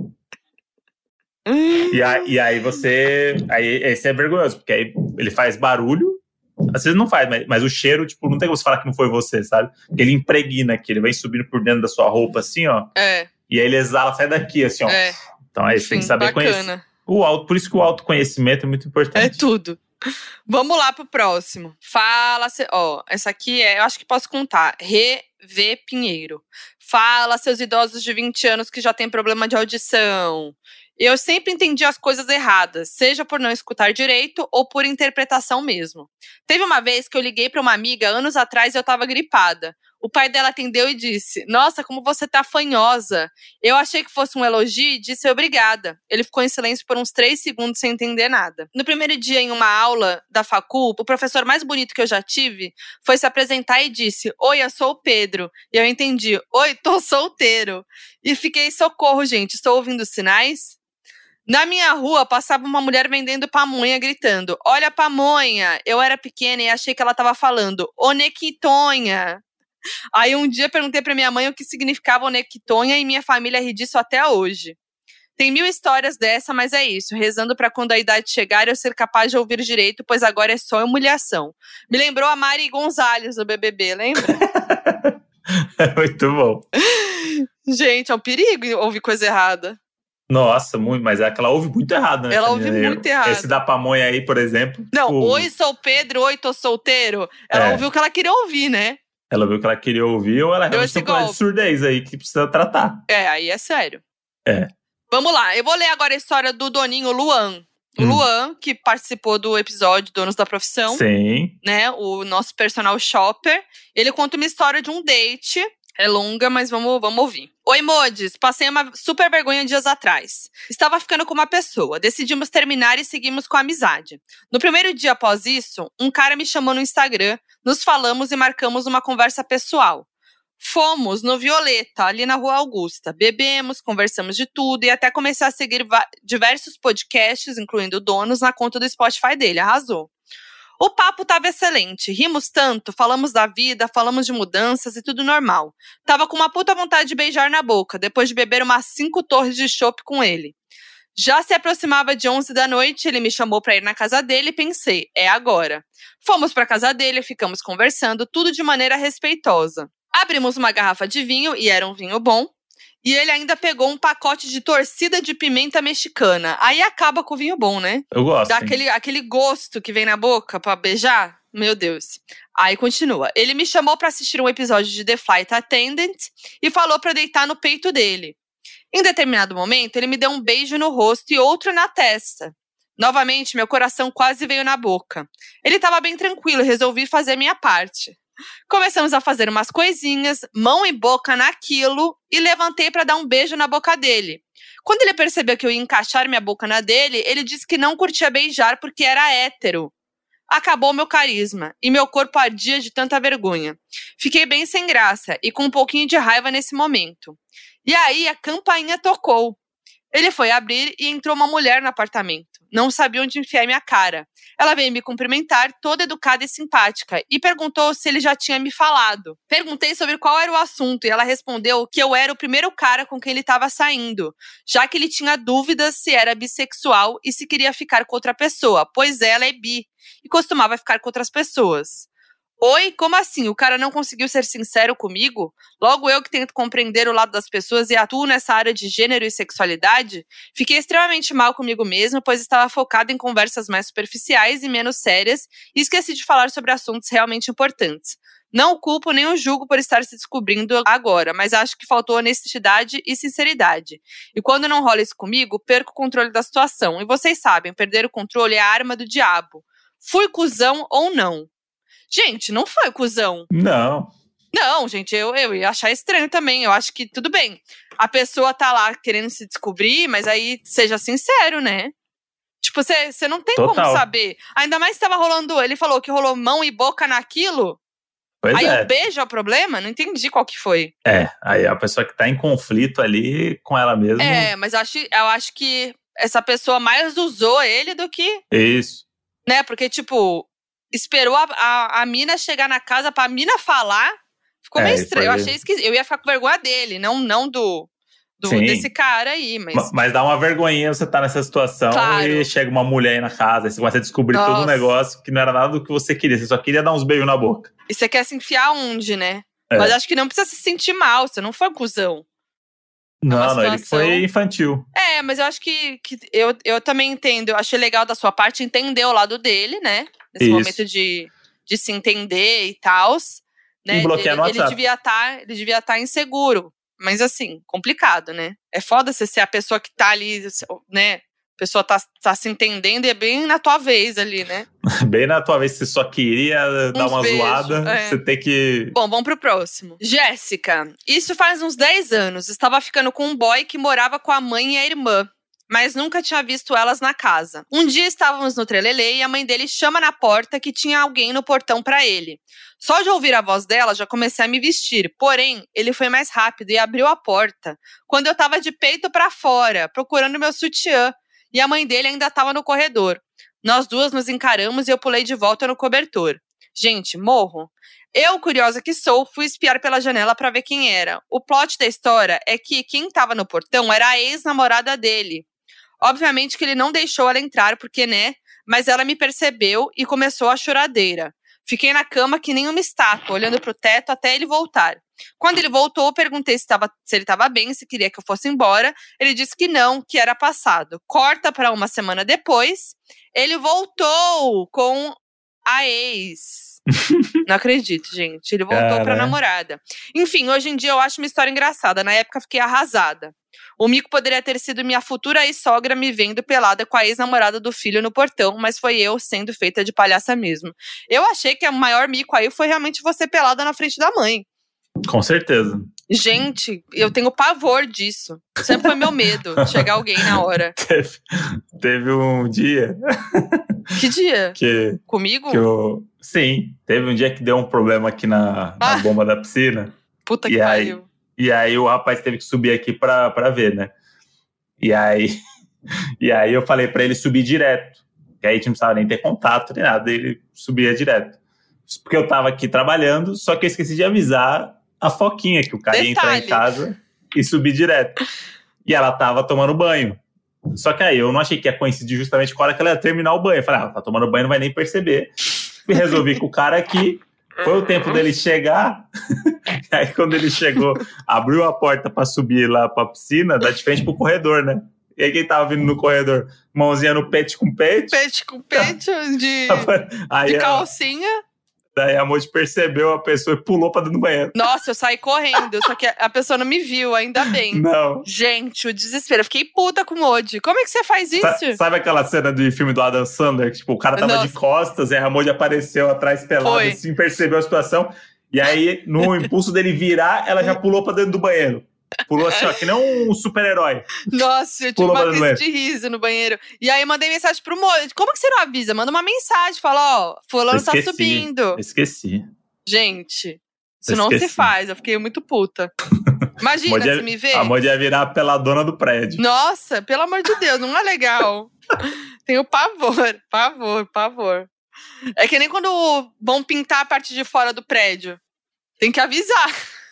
E aí, e aí você... Aí esse é vergonhoso, porque aí ele faz barulho. Às vezes não faz, mas, mas o cheiro, tipo, não tem como você falar que não foi você, sabe? Porque ele impregna aqui, ele vem subindo por dentro da sua roupa, assim, ó. É. E aí ele exala, sai daqui, assim, ó. É. Então aí você tem que saber conhecer. O auto, por isso que o autoconhecimento é muito importante. É tudo. Vamos lá pro próximo. Fala, se, ó, essa aqui é, eu acho que posso contar. Rê V Pinheiro. Fala, seus idosos de vinte anos que já têm problema de audição. Eu sempre entendi as coisas erradas, seja por não escutar direito ou por interpretação mesmo. Teve uma vez que eu liguei para uma amiga anos atrás e eu tava gripada. O pai dela atendeu e disse: nossa, como você tá fanhosa. Eu achei que fosse um elogio e disse obrigada. Ele ficou em silêncio por uns três segundos sem entender nada. No primeiro dia, em uma aula da facul, o professor mais bonito que eu já tive foi se apresentar e disse: oi, eu sou o Pedro. E eu entendi: oi, tô solteiro. E fiquei: socorro, gente, estou ouvindo sinais? Na minha rua, passava uma mulher vendendo pamonha, gritando: olha a pamonha! Eu era pequena e achei que ela estava falando onequitonha. Aí um dia perguntei pra minha mãe o que significava onequitonha e minha família ri disso até hoje. Tem mil histórias dessa, mas é isso. Rezando pra quando a idade chegar eu ser capaz de ouvir direito, pois agora é só humilhação. Me lembrou a Mari Gonzalez do B B B, lembra? É muito bom. Gente, é um perigo ouvir coisa errada. Nossa, muito, mas é que ela ouve muito errado, né? Ela ouve muito errado. Esse da pamonha aí, por exemplo. Não, tipo... oi, sou Pedro, oi, tô solteiro. Ela é. ouviu o que ela queria ouvir, né? Ela ouviu o que ela queria ouvir ou ela realmente tem um problema de surdez aí que precisa tratar. É, aí é sério. É. Vamos lá, eu vou ler agora a história do doninho Luan. O hum. Luan, que participou do episódio Donos da Profissão. Sim. Né, o nosso personal shopper. Ele conta uma história de um date. É longa, mas vamos, vamos ouvir. Oi, Modes. Passei uma super vergonha dias atrás. Estava ficando com uma pessoa. Decidimos terminar e seguimos com a amizade. No primeiro dia após isso, um cara me chamou no Instagram, nos falamos e marcamos uma conversa pessoal. Fomos no Violeta, ali na Rua Augusta. Bebemos, conversamos de tudo e até comecei a seguir diversos podcasts, incluindo Donos, na conta do Spotify dele. Arrasou. O papo estava excelente, rimos tanto, falamos da vida, falamos de mudanças e tudo normal. Tava com uma puta vontade de beijar na boca, depois de beber umas cinco torres de chopp com ele. Já se aproximava de onze da noite, ele me chamou pra ir na casa dele e pensei, é agora. Fomos pra casa dele, ficamos conversando, tudo de maneira respeitosa. Abrimos uma garrafa de vinho, e era um vinho bom, e ele ainda pegou um pacote de torcida de pimenta mexicana. Aí acaba com o vinho bom, né? Eu gosto. Dá aquele, aquele gosto que vem na boca pra beijar. Meu Deus. Aí continua. Ele me chamou pra assistir um episódio de The Flight Attendant e falou pra deitar no peito dele. Em determinado momento, ele me deu um beijo no rosto e outro na testa. Novamente, meu coração quase veio na boca. Ele tava bem tranquilo e resolvi fazer a minha parte. Começamos a fazer umas coisinhas, mão e boca naquilo, e levantei para dar um beijo na boca dele. Quando ele percebeu que eu ia encaixar minha boca na dele, ele disse que não curtia beijar porque era hétero. Acabou meu carisma, e meu corpo ardia de tanta vergonha. Fiquei bem sem graça, e com um pouquinho de raiva nesse momento. E aí a campainha tocou. Ele foi abrir e entrou uma mulher no apartamento. Não sabia onde enfiar minha cara. Ela veio me cumprimentar, toda educada e simpática, e perguntou se ele já tinha me falado. Perguntei sobre qual era o assunto, e ela respondeu que eu era o primeiro cara com quem ele estava saindo, já que ele tinha dúvidas se era bissexual e se queria ficar com outra pessoa, pois ela é bi, e costumava ficar com outras pessoas. Oi, como assim? O cara não conseguiu ser sincero comigo? Logo eu que tento compreender o lado das pessoas e atuo nessa área de gênero e sexualidade? Fiquei extremamente mal comigo mesmo, pois estava focada em conversas mais superficiais e menos sérias e esqueci de falar sobre assuntos realmente importantes. Não o culpo nem o julgo por estar se descobrindo agora, mas acho que faltou honestidade e sinceridade. E quando não rola isso comigo, perco o controle da situação. E vocês sabem, perder o controle é a arma do diabo. Fui cuzão ou não? Gente, não foi cuzão. Não. Não, gente, eu, eu ia achar estranho também. Eu acho que tudo bem. A pessoa tá lá querendo se descobrir, mas aí seja sincero, né? Tipo, você não tem Total. como saber. Ainda mais que tava rolando. Ele falou que rolou mão e boca naquilo. Pois aí é. o beijo é o problema? Não entendi qual que foi. É, aí a pessoa que tá em conflito ali com ela mesma. É, mas eu acho, eu acho que essa pessoa mais usou ele do que. Isso. Né? Porque, tipo. Esperou a, a, a mina chegar na casa pra mina falar. Ficou é, meio estranho. Foi... Eu achei esquisito. Eu ia ficar com vergonha dele, não, não do, do desse cara aí. Mas... mas dá uma vergonhinha você tá nessa situação claro. E chega uma mulher aí na casa, e você começa a descobrir Nossa. Todo um negócio que não era nada do que você queria. Você só queria dar uns beijos na boca. E você quer se enfiar onde, né? É. Mas acho que não precisa se sentir mal. Você não foi cuzão. Não, é situação... não, ele foi infantil. É, mas eu acho que, que eu, eu também entendo. Eu achei legal da sua parte entender o lado dele, né? Nesse Isso. momento de, de se entender e tal. Né? E bloquear ele, no ele WhatsApp. devia tá, ele devia estar tá inseguro. Mas assim, complicado, né? É foda você ser a pessoa que tá ali, né? A pessoa tá, tá se entendendo e é bem na tua vez ali, né? Bem na tua vez, você só queria uns dar uma beijos, zoada, é. Você tem que... Bom, vamos pro próximo. Jéssica, isso faz uns dez anos. Estava ficando com um boy que morava com a mãe e a irmã, mas nunca tinha visto elas na casa. Um dia estávamos no trelelê e a mãe dele chama na porta que tinha alguém no portão pra ele. Só de ouvir a voz dela, já comecei a me vestir. Porém, ele foi mais rápido e abriu a porta quando eu tava de peito pra fora, procurando meu sutiã. E a mãe dele ainda estava no corredor. Nós duas nos encaramos e eu pulei de volta no cobertor. Gente, morro. Eu, curiosa que sou, fui espiar pela janela para ver quem era. O plot da história é que quem estava no portão era a ex-namorada dele. Obviamente que ele não deixou ela entrar, porque, né? Mas ela me percebeu e começou a choradeira. Fiquei na cama que nem uma estátua, olhando pro teto até ele voltar. Quando ele voltou, eu perguntei se, tava, se ele estava bem, se queria que eu fosse embora. Ele disse que não, que era passado. Corta para uma semana depois, ele voltou com a ex. Não acredito, gente. Ele voltou Cara. pra namorada. Enfim, hoje em dia eu acho uma história engraçada. Na época fiquei arrasada. O mico poderia ter sido minha futura ex-sogra me vendo pelada com a ex-namorada do filho no portão, mas foi eu sendo feita de palhaça mesmo. Eu achei que o maior mico aí foi realmente você pelada na frente da mãe. Com certeza. Gente, eu tenho pavor disso. Sempre foi meu medo, chegar alguém na hora. Teve, teve um dia... Que dia? Que, Comigo? Que eu, sim, teve um dia que deu um problema aqui na, na ah, bomba da piscina. Puta que pariu. E aí o rapaz teve que subir aqui pra, pra ver, né? E aí, e aí eu falei pra ele subir direto. Que aí a gente não precisava nem ter contato nem nada, ele subia direto. Porque eu tava aqui trabalhando, só que eu esqueci de avisar a Foquinha que o cara ia entrar em casa e subir direto. E ela tava tomando banho. Só que aí eu não achei que ia coincidir justamente com a hora que ela ia terminar o banho. Eu falei, ah, ela tá tomando banho, não vai nem perceber. E resolvi com o cara aqui. Foi o tempo dele chegar. E aí quando ele chegou, abriu a porta pra subir lá pra piscina, dá de frente pro corredor, né? E aí quem tava vindo no corredor? Mãozinha no pet com pet. Pet com pet, de, aí de ela, calcinha. Daí a Moji percebeu a pessoa e pulou pra dentro do banheiro. Nossa, eu saí correndo, só que a pessoa não me viu, ainda bem. Não. Gente, o desespero. Eu fiquei puta com o Moji. Como é que você faz isso? Sa- sabe aquela cena de filme do Adam Sandler? Que tipo, o cara tava Nossa. de costas, e a Moji apareceu atrás pelado, assim, percebeu a situação. E aí, no impulso dele virar, ela já pulou pra dentro do banheiro. Pulou assim, ó, que nem um super-herói. Nossa, eu tive Pulou uma crise de riso no banheiro. E aí eu mandei mensagem pro Moji. Como que você não avisa? Manda uma mensagem, fala, ó, fulano tá subindo. Esqueci. Gente, isso não se faz. Eu fiquei muito puta. Imagina se me vê. A Moji ia virar pela dona do prédio. Nossa, pelo amor de Deus, não é legal. Tenho pavor, pavor, pavor. É que nem quando vão pintar a parte de fora do prédio. Tem que avisar.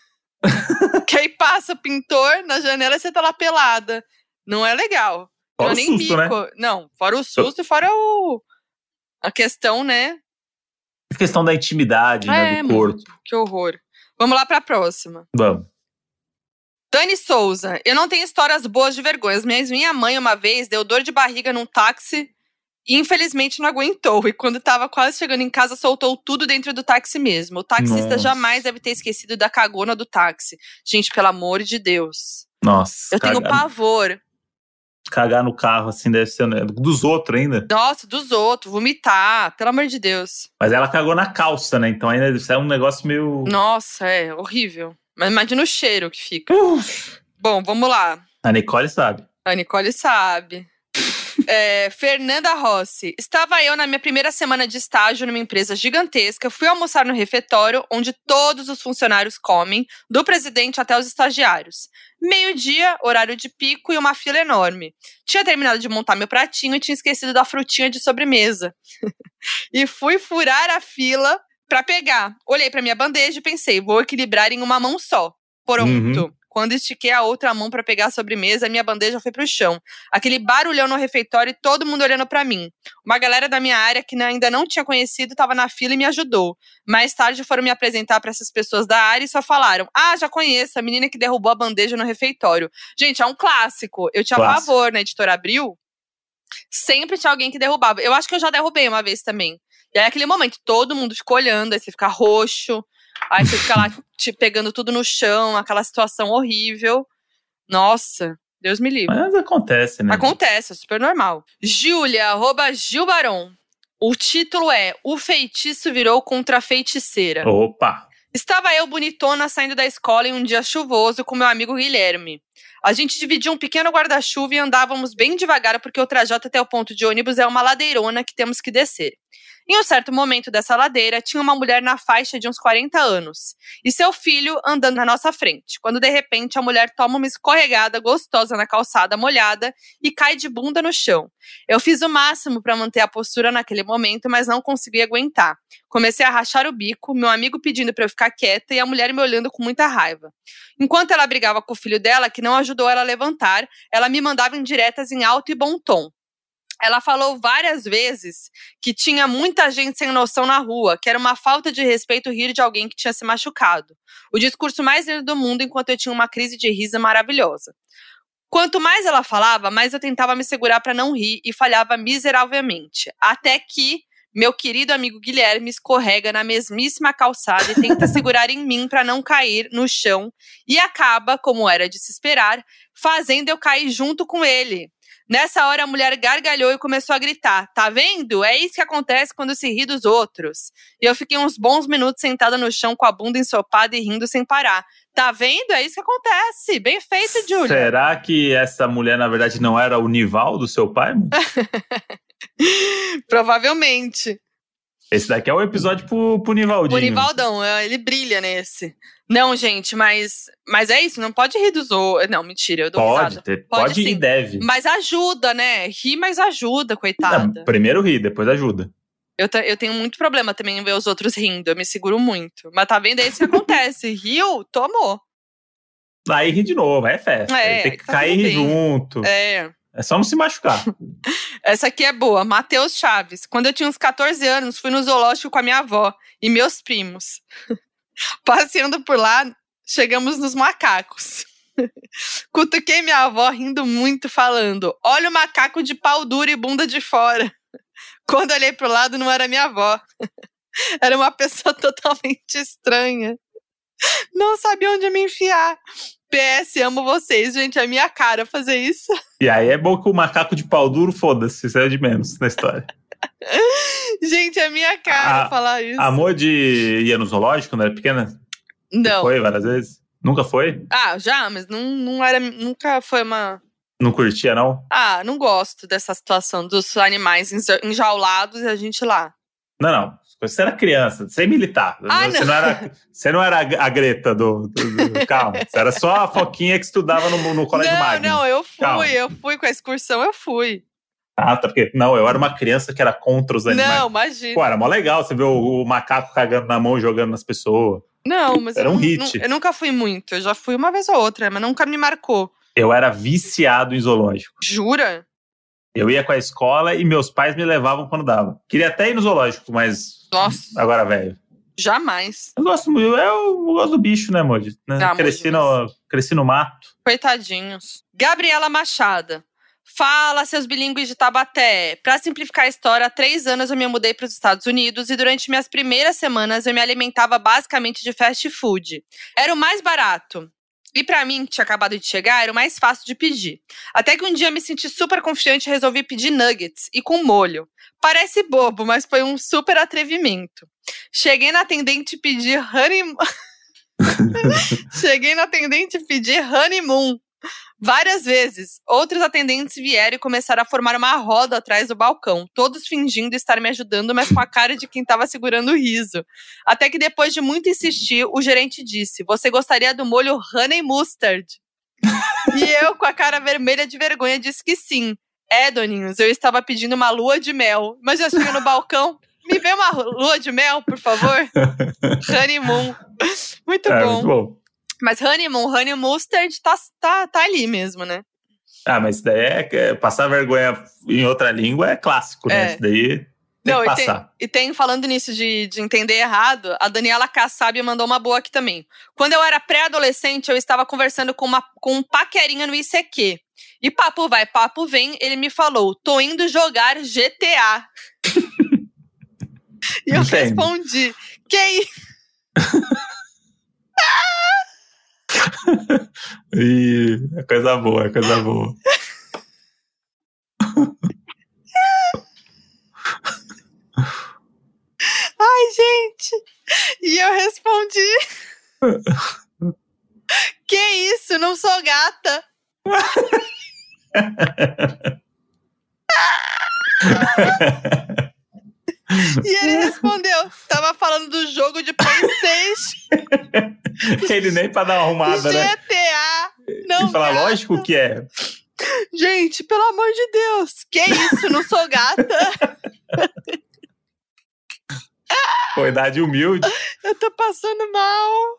Que aí passa pintor na janela e você tá lá pelada. Não é legal. Fora eu o nem susto, bico. Né? Não, fora o susto e fora o... a questão, né? A questão da intimidade, é, né, do corpo. Mano, que horror. Vamos lá pra próxima. Vamos. Dani Souza. Eu não tenho histórias boas de vergonhas, mas minha mãe uma vez deu dor de barriga num táxi e infelizmente não aguentou. E quando tava quase chegando em casa, soltou tudo dentro do táxi mesmo. O taxista Nossa. jamais deve ter esquecido da cagona do táxi. Gente, pelo amor de Deus. Nossa. Eu cagar, tenho pavor. Cagar no carro, assim, deve ser dos outros ainda. Nossa, dos outros. Vomitar, pelo amor de Deus. Mas ela cagou na calça, né? Então ainda deve ser um negócio meio... Nossa, é horrível. Mas imagina o cheiro que fica. Uf. Bom, vamos lá. A Nicole sabe. A Nicole sabe. É, Fernanda Rossi. Estava eu na minha primeira semana de estágio numa empresa gigantesca. Fui almoçar no refeitório, onde todos os funcionários comem, do presidente até os estagiários. Meio-dia, horário de pico e uma fila enorme. Tinha terminado de montar meu pratinho e tinha esquecido da frutinha de sobremesa. E fui furar a fila pra pegar. Olhei pra minha bandeja e pensei, vou equilibrar em uma mão só. Pronto. Uhum. Quando estiquei a outra mão pra pegar a sobremesa, a minha bandeja foi pro chão. Aquele barulhão no refeitório e todo mundo olhando pra mim. Uma galera da minha área que ainda não tinha conhecido tava na fila e me ajudou. Mais tarde foram me apresentar pra essas pessoas da área e só falaram, ah, já conheço, a menina que derrubou a bandeja no refeitório. Gente, é um clássico. Eu tinha clássico. pavor na Editora Abril. Sempre tinha alguém que derrubava. Eu acho que eu já derrubei uma vez também. E aí, aquele momento, todo mundo fica olhando, aí você fica roxo. Aí você fica lá te pegando tudo no chão, aquela situação horrível. Nossa, Deus me livre. Mas acontece, né? Acontece, é super normal. Júlia, arroba Gilbaron. O título é O Feitiço Virou Contra a Feiticeira. Opa! Estava eu bonitona saindo da escola em um dia chuvoso com meu amigo Guilherme. A gente dividia um pequeno guarda-chuva e andávamos bem devagar porque o trajeto até o ponto de ônibus é uma ladeirona que temos que descer. Em um certo momento dessa ladeira, tinha uma mulher na faixa de uns quarenta anos e seu filho andando na nossa frente, quando de repente a mulher toma uma escorregada gostosa na calçada molhada e cai de bunda no chão. Eu fiz o máximo para manter a postura naquele momento, mas não consegui aguentar. Comecei a rachar o bico, meu amigo pedindo para eu ficar quieta e a mulher me olhando com muita raiva. Enquanto ela brigava com o filho dela, que não ajudou ela a levantar, ela me mandava indiretas em alto e bom tom. Ela falou várias vezes que tinha muita gente sem noção na rua, que era uma falta de respeito rir de alguém que tinha se machucado. O discurso mais lindo do mundo, enquanto eu tinha uma crise de riso maravilhosa. Quanto mais ela falava, mais eu tentava me segurar para não rir e falhava miseravelmente. Até que meu querido amigo Guilherme escorrega na mesmíssima calçada e tenta segurar em mim para não cair no chão e acaba, como era de se esperar, fazendo eu cair junto com ele. Nessa hora, a mulher gargalhou e começou a gritar. Tá vendo? É isso que acontece quando se ri dos outros. E eu fiquei uns bons minutos sentada no chão com a bunda ensopada e rindo sem parar. Tá vendo? É isso que acontece. Bem feito, Júlia. Será que essa mulher, na verdade, não era o Nival do seu pai? Provavelmente. Esse daqui é o episódio pro, pro Nivaldinho. O Nivaldão, ele brilha nesse. Não, gente, mas, mas é isso, não pode rir dos outros. Não, mentira, eu dou pode, risada. Ter, pode, pode e deve. Mas ajuda, né? Ri, mas ajuda, coitada. Não, primeiro ri, depois ajuda. Eu, t- eu tenho muito problema também em ver os outros rindo, eu me seguro muito. Mas tá vendo, é isso que acontece. Riu, tomou. Aí ri de novo, aí é festa. É, aí tem que tá cair tudo bem. junto. É. É só não se machucar. Essa aqui é boa. Matheus Chaves. Quando eu tinha uns catorze anos, fui no zoológico com a minha avó e meus primos. Passeando por lá, chegamos nos macacos. Cutuquei minha avó rindo muito, falando: olha o macaco de pau duro e bunda de fora. Quando olhei pro lado, não era minha avó. Era uma pessoa totalmente estranha. Não sabia onde me enfiar. P S, amo vocês, gente, é minha cara fazer isso. E aí é bom que o macaco de pau duro, foda-se, isso é de menos na história. Gente, é minha cara a, falar isso. Amor de ia no zoológico quando era pequena? Não. Você foi várias vezes? Nunca foi? Ah, já, mas não, não era, nunca foi uma... Não curtia, não? Ah, não gosto dessa situação dos animais enjaulados e a gente lá. Não, não. Você era criança, você é militar. Ah, você, não. Não era, você não era a Greta do, do, do... Calma, você era só a Foquinha que estudava no, no colégio não, Magno. Não, não, eu fui, Calma. eu fui com a excursão, eu fui. Ah, tá, porque... Não, eu era uma criança que era contra os animais. Não, imagina. Pô, era mó legal você ver o, o macaco cagando na mão e jogando nas pessoas. Não, mas era eu, um não, hit. Não, eu nunca fui muito, eu já fui uma vez ou outra, mas nunca me marcou. Eu era viciado em zoológico. Jura? Eu ia com a escola e meus pais me levavam quando dava. Queria até ir no zoológico, mas... Nossa. Agora, velho. Jamais. Eu gosto, eu, eu gosto do bicho, né, Moody? Né? Ah, cresci, no, cresci no mato. Coitadinhos. Gabriela Machado. Fala, seus bilíngues de Tabaté. Pra simplificar a história, há três anos eu me mudei para os Estados Unidos e durante minhas primeiras semanas eu me alimentava basicamente de fast food. Era o mais barato. E pra mim, que tinha acabado de chegar, era o mais fácil de pedir. Até que um dia eu me senti super confiante e resolvi pedir nuggets e com molho. Parece bobo, mas foi um super atrevimento. Cheguei na atendente e pedi honey... Cheguei na atendente e pedi honeymoon. Várias vezes, outros atendentes vieram e começaram a formar uma roda atrás do balcão, todos fingindo estar me ajudando, mas com a cara de quem estava segurando o riso. Até que depois de muito insistir, o gerente disse: você gostaria do molho honey mustard? E eu, com a cara vermelha de vergonha, disse que sim. É, doninhos, eu estava pedindo uma lua de mel, mas já cheguei no balcão. Me vê uma lua de mel, por favor? Honeymoon. Muito é, bom. Muito bom. Mas honeymoon, honey mustard tá, tá, tá ali mesmo, né? Ah, mas isso daí é... Passar vergonha em outra língua é clássico, né? É. Isso daí tem Não, que e passar. tem, e tem, falando nisso de, de entender errado, a Daniela Kassab mandou uma boa aqui também. Quando eu era pré-adolescente, eu estava conversando com, uma, com um paquerinha no I C Q. E papo vai, papo vem, ele me falou: tô indo jogar G T A. E eu Entendo. respondi: que isso? Ih, é coisa boa, é coisa boa. Ai, gente. E eu respondi. Que isso? Não sou gata. E ele respondeu, tava falando do jogo de PlayStation. Ele nem pra dar uma arrumada, né? G T A, não e falar, gata. lógico que é. Gente, pelo amor de Deus. Que isso, não sou gata. Pô, idade humilde. Eu tô passando mal.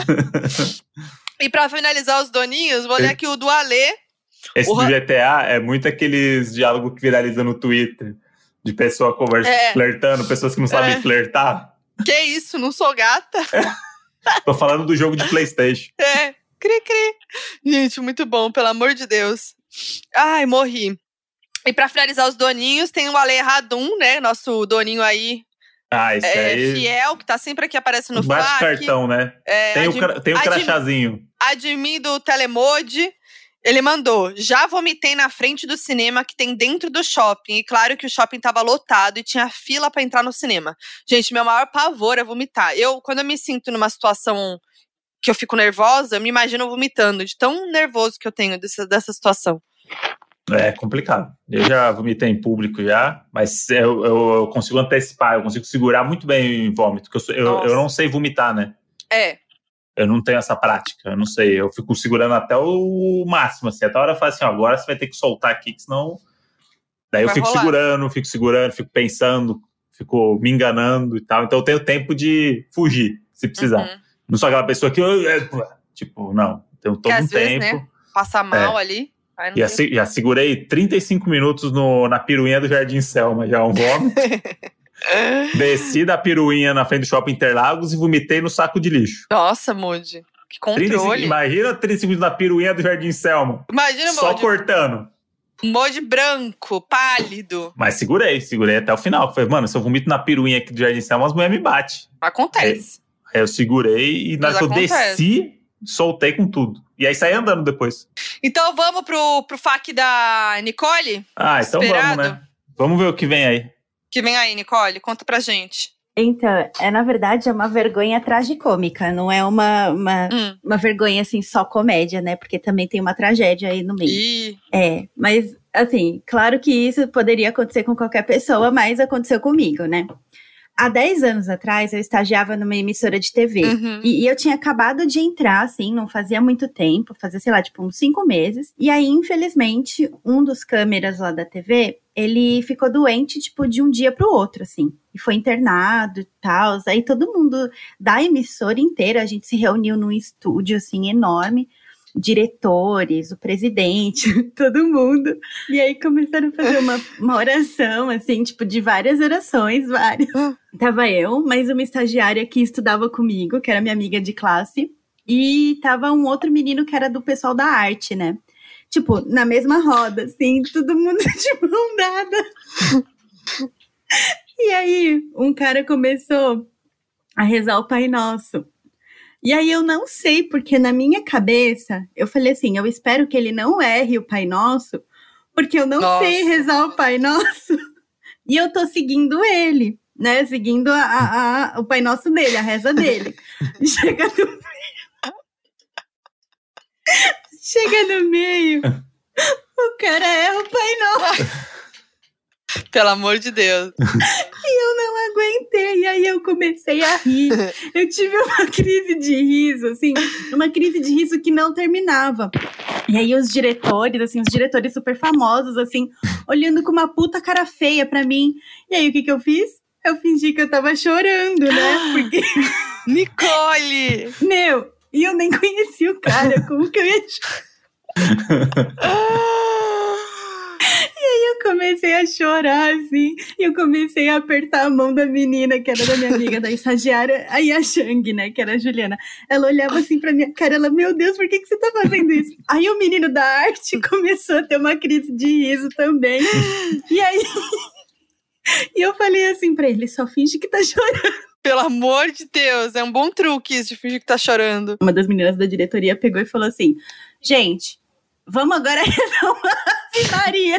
E pra finalizar os doninhos, vou ler aqui o do Alê. Esse o... do G T A é muito aqueles diálogos que viralizam no Twitter. De pessoa conversa, é. flertando, pessoas que não sabem é. flertar. Que isso, não sou gata. Tô falando do jogo de PlayStation. É, cri, cri. Gente, muito bom, pelo amor de Deus. Ai, morri. E pra finalizar os doninhos, tem o Ale Radum, né? Nosso doninho aí. Ah, esse é, aí... fiel, que tá sempre aqui aparecendo no F A Q. Bate cartão, né? É, tem, admi... o, tem o crachazinho. Admin do Telemode. Ele mandou, já vomitei na frente do cinema que tem dentro do shopping. E claro que o shopping tava lotado e tinha fila pra entrar no cinema. Gente, meu maior pavor é vomitar. Eu, quando eu me sinto numa situação que eu fico nervosa, eu me imagino vomitando. De tão nervoso que eu tenho dessa, dessa situação. É complicado. Eu já vomitei em público já, mas eu, eu, eu consigo antecipar, eu consigo segurar muito bem o vômito. Porque eu, eu, eu não sei vomitar, né? É. Eu não tenho essa prática, eu não sei. Eu fico segurando até o máximo, assim. Até a hora eu falo assim, ó, agora você vai ter que soltar aqui, que senão... Daí eu vai fico rolar. segurando, fico segurando, fico pensando, fico me enganando e tal. Então eu tenho tempo de fugir, se precisar. Uhum. Não sou aquela pessoa que... Eu, é, tipo, não. Tenho todo um tempo. Vezes, né? Passar mal é. ali. Já, se, já segurei trinta e cinco minutos no, na piruinha do Jardim Selma, já um vômito. Desci da piruinha na frente do Shopping Interlagos e vomitei no saco de lixo. Nossa, Moody. Que controle. trinta e cinco, imagina trinta e cinco minutos na piruinha do Jardim Selma. Imagina, Só Moody. cortando. Moody branco, pálido. Mas segurei, segurei até o final. Falei, mano, se eu vomito na piruinha aqui do Jardim Selma, as mulheres me batem. Acontece. Aí, aí eu segurei e na hora que eu desci, soltei com tudo. E aí saí andando depois. Então vamos pro, pro F A Q da Nicole? Ah, então Esperado. vamos, né? Vamos ver o que vem aí. Que vem aí, Nicole? Conta pra gente. Então, é, na verdade, é uma vergonha tragicômica. Não é uma, uma, hum. uma vergonha, assim, só comédia, né? Porque também tem uma tragédia aí no meio. Ih. É, mas, assim, claro que isso poderia acontecer com qualquer pessoa, mas aconteceu comigo, né? Há dez anos atrás, eu estagiava numa emissora de T V. Uhum. E, e eu tinha acabado de entrar, assim, não fazia muito tempo. Fazia, sei lá, tipo, uns cinco meses. E aí, infelizmente, um dos câmeras lá da T V, ele ficou doente, tipo, de um dia pro outro, assim. E foi internado e tal. Aí todo mundo da emissora inteira, a gente se reuniu num estúdio, assim, enorme. Diretores, o presidente, todo mundo. E aí começaram a fazer uma, uma oração, assim, tipo, de várias orações, várias. Tava eu, mais uma estagiária que estudava comigo, que era minha amiga de classe, e tava um outro menino que era do pessoal da arte, né? Tipo, na mesma roda, assim, todo mundo de mão dada. E aí, um cara começou a rezar o Pai Nosso. E aí eu não sei, porque na minha cabeça, eu falei assim, eu espero que ele não erre o Pai Nosso, porque eu não Nossa. sei rezar o Pai Nosso. E eu tô seguindo ele, né? Seguindo a, a, a, o Pai Nosso dele, a reza dele. Chega no meio. Chega no meio. O cara erra o Pai Nosso. Pelo amor de Deus. E eu não aguentei, e aí eu comecei a rir. Eu tive uma crise de riso, assim, uma crise de riso que não terminava. E aí os diretores, assim, os diretores super famosos, assim, olhando com uma puta cara feia pra mim. E aí o que que eu fiz? Eu fingi que eu tava chorando, né? Porque... Nicole! Meu, e eu nem conhecia o cara, como que eu ia chorar? E aí eu comecei a chorar, assim, e eu comecei a apertar a mão da menina, que era da minha amiga, da estagiária, aí a Shang, né, que era a Juliana. Ela olhava assim pra minha cara, ela, meu Deus, por que que você tá fazendo isso? Aí o menino da arte começou a ter uma crise de riso também. E aí... E eu falei assim pra ele, só finge que tá chorando. Pelo amor de Deus, é um bom truque isso de fingir que tá chorando. Uma das meninas da diretoria pegou e falou assim, gente, vamos agora rezar uma Ave Maria.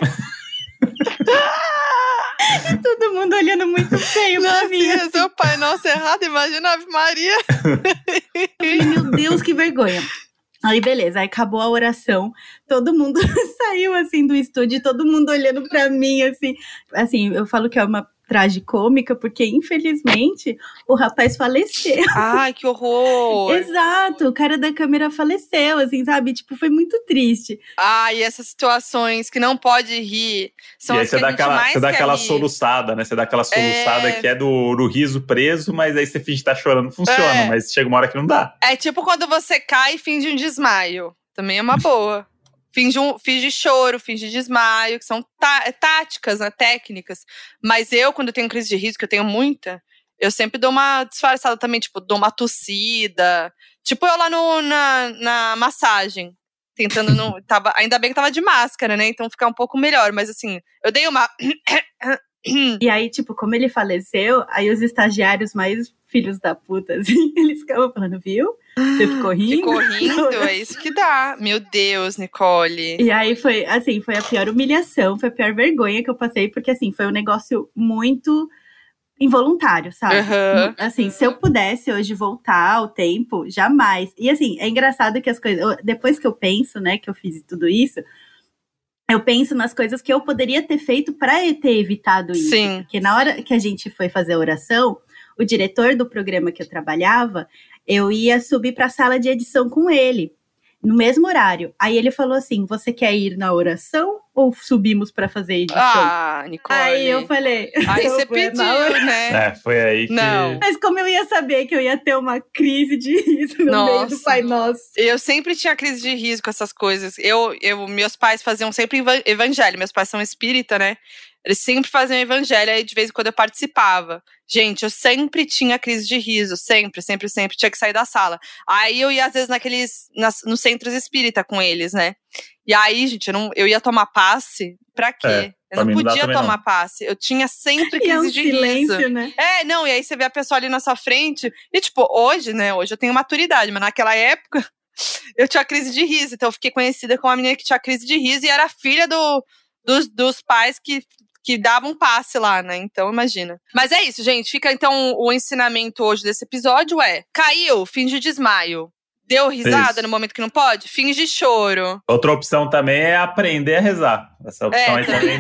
E todo mundo olhando muito feio pra Nossa, mim. Assim. Seu pai nosso errado, imagina a Ave Maria. Eu falei, meu Deus, que vergonha. Aí, beleza, aí acabou a oração, todo mundo saiu, assim, do estúdio, todo mundo olhando pra mim, assim. Assim, eu falo que é uma tragicômica, porque, infelizmente, o rapaz faleceu. Ai, que horror! Exato, o cara da câmera faleceu, assim, sabe? Tipo, foi muito triste. Ai, essas situações que não pode rir, são e aí as você que dá a gente aquela, mais você dá quer aquela rir. soluçada, né? Você dá aquela soluçada É... que é do, do riso preso, mas aí você finge que tá chorando, funciona, É. mas chega uma hora que não dá. É tipo quando você cai e finge um desmaio. Também é uma boa. Finge, um, finge choro, finge desmaio, que são tá, táticas, né, técnicas. Mas eu, quando eu tenho crise de riso, que eu tenho muita, eu sempre dou uma disfarçada também, tipo, dou uma tossida. Tipo eu lá no, na, na massagem, tentando não... tava, ainda bem que tava de máscara, né, então fica um pouco melhor. Mas assim, eu dei uma... E aí, tipo, como ele faleceu, aí os estagiários mais filhos da puta, assim, eles ficavam falando, viu? Você ficou rindo? Ficou rindo, é isso que dá. Meu Deus, Nicole. E aí foi, assim, foi a pior humilhação, foi a pior vergonha que eu passei, porque, assim, foi um negócio muito involuntário, sabe? Uhum. Assim, se eu pudesse hoje voltar ao tempo, jamais. E, assim, é engraçado que as coisas... Eu, depois que eu penso, né, que eu fiz tudo isso, eu penso nas coisas que eu poderia ter feito para ter evitado isso. Sim. Porque na hora que a gente foi fazer a oração, o diretor do programa que eu trabalhava, eu ia subir para a sala de edição com ele, no mesmo horário. Aí ele falou assim, você quer ir na oração ou subimos para fazer edição? Ah, Nicole. Aí eu falei... Aí eu você vou pediu, na... né? É, foi aí que... Não. Mas como eu ia saber que eu ia ter uma crise de riso no Nossa. meio do Pai Nosso? Eu sempre tinha crise de riso com essas coisas. Eu, eu, meus pais faziam sempre evangelho. Meus pais são espírita, né? Eles sempre faziam evangelho, aí de vez em quando eu participava. Gente, eu sempre tinha crise de riso, sempre, sempre, sempre. Tinha que sair da sala. Aí eu ia, às vezes, naqueles, nas, nos centros espírita com eles, né? E aí, gente, eu, não, eu ia tomar passe, pra quê? É, eu não podia não tomar não. passe. Eu tinha sempre E crise é um de silêncio, riso. né? É, não, e aí você vê a pessoa ali na sua frente. E, tipo, hoje, né? Hoje eu tenho maturidade, mas naquela época eu tinha crise de riso. Então eu fiquei conhecida como uma menina que tinha crise de riso e era filha do, dos, dos pais que. que davam um passe lá, né? Então, imagina. Mas é isso, gente. Fica, então, o ensinamento hoje desse episódio é... Caiu, finge desmaio. Deu risada Isso. no momento que não pode? Finge choro. Outra opção também é aprender a rezar. Essa opção É, aí também...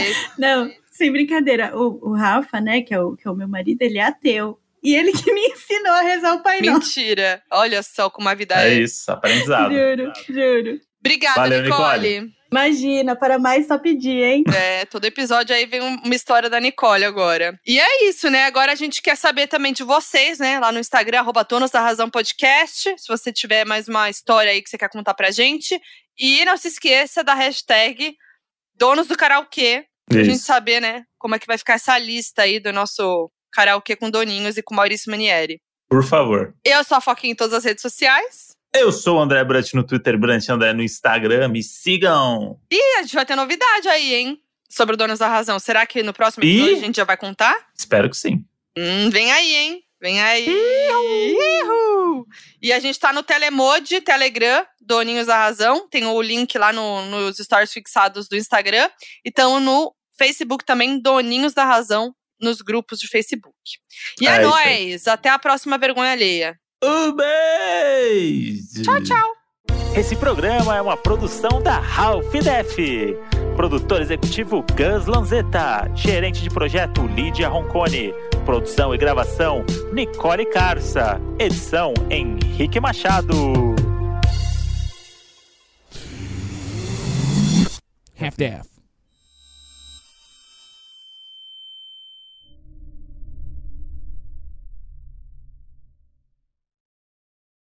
Não, sem brincadeira. O, o Rafa, né, que é o, que é o meu marido, ele é ateu. E ele que me ensinou a rezar o Pai Nosso. Mentira. Olha só como a vida É é. isso, aprendizado. Juro, juro. Obrigada, Valeu, Nicole. Nicole. Imagina, para mais só pedir, hein? É, todo episódio aí vem uma história da Nicole agora. E é isso, né? Agora a gente quer saber também de vocês, né? Lá no Instagram, arroba Donos da Razão Podcast. Se você tiver mais uma história aí que você quer contar pra gente. E não se esqueça da hashtag Donos do Karaokê. Pra Isso. gente saber, né? Como é que vai ficar essa lista aí do nosso karaokê com Doninhos e com Maurício Manieri. Por favor. Eu sou a Foquinha em todas as redes sociais. Eu sou o André Brant no Twitter, Brant André no Instagram. Me sigam. E a gente vai ter novidade aí, hein? Sobre o Donos da Razão. Será que no próximo episódio E? a gente já vai contar? Espero que sim. Hum, vem aí, hein? Vem aí. Ihu! E a gente tá no Telemode, Telegram, Doninhos da Razão. Tem o link lá no, nos stories fixados do Instagram. E tamo no Facebook também, Doninhos da Razão, nos grupos de Facebook. E é, É isso nóis! Até a próxima vergonha alheia. Um beijo! Tchau, tchau! Esse programa é uma produção da Ralph Def. Produtor executivo Gus Lanzetta. Gerente de projeto Lídia Roncone. Produção e gravação Nicole Carça. Edição Henrique Machado. Half-Death.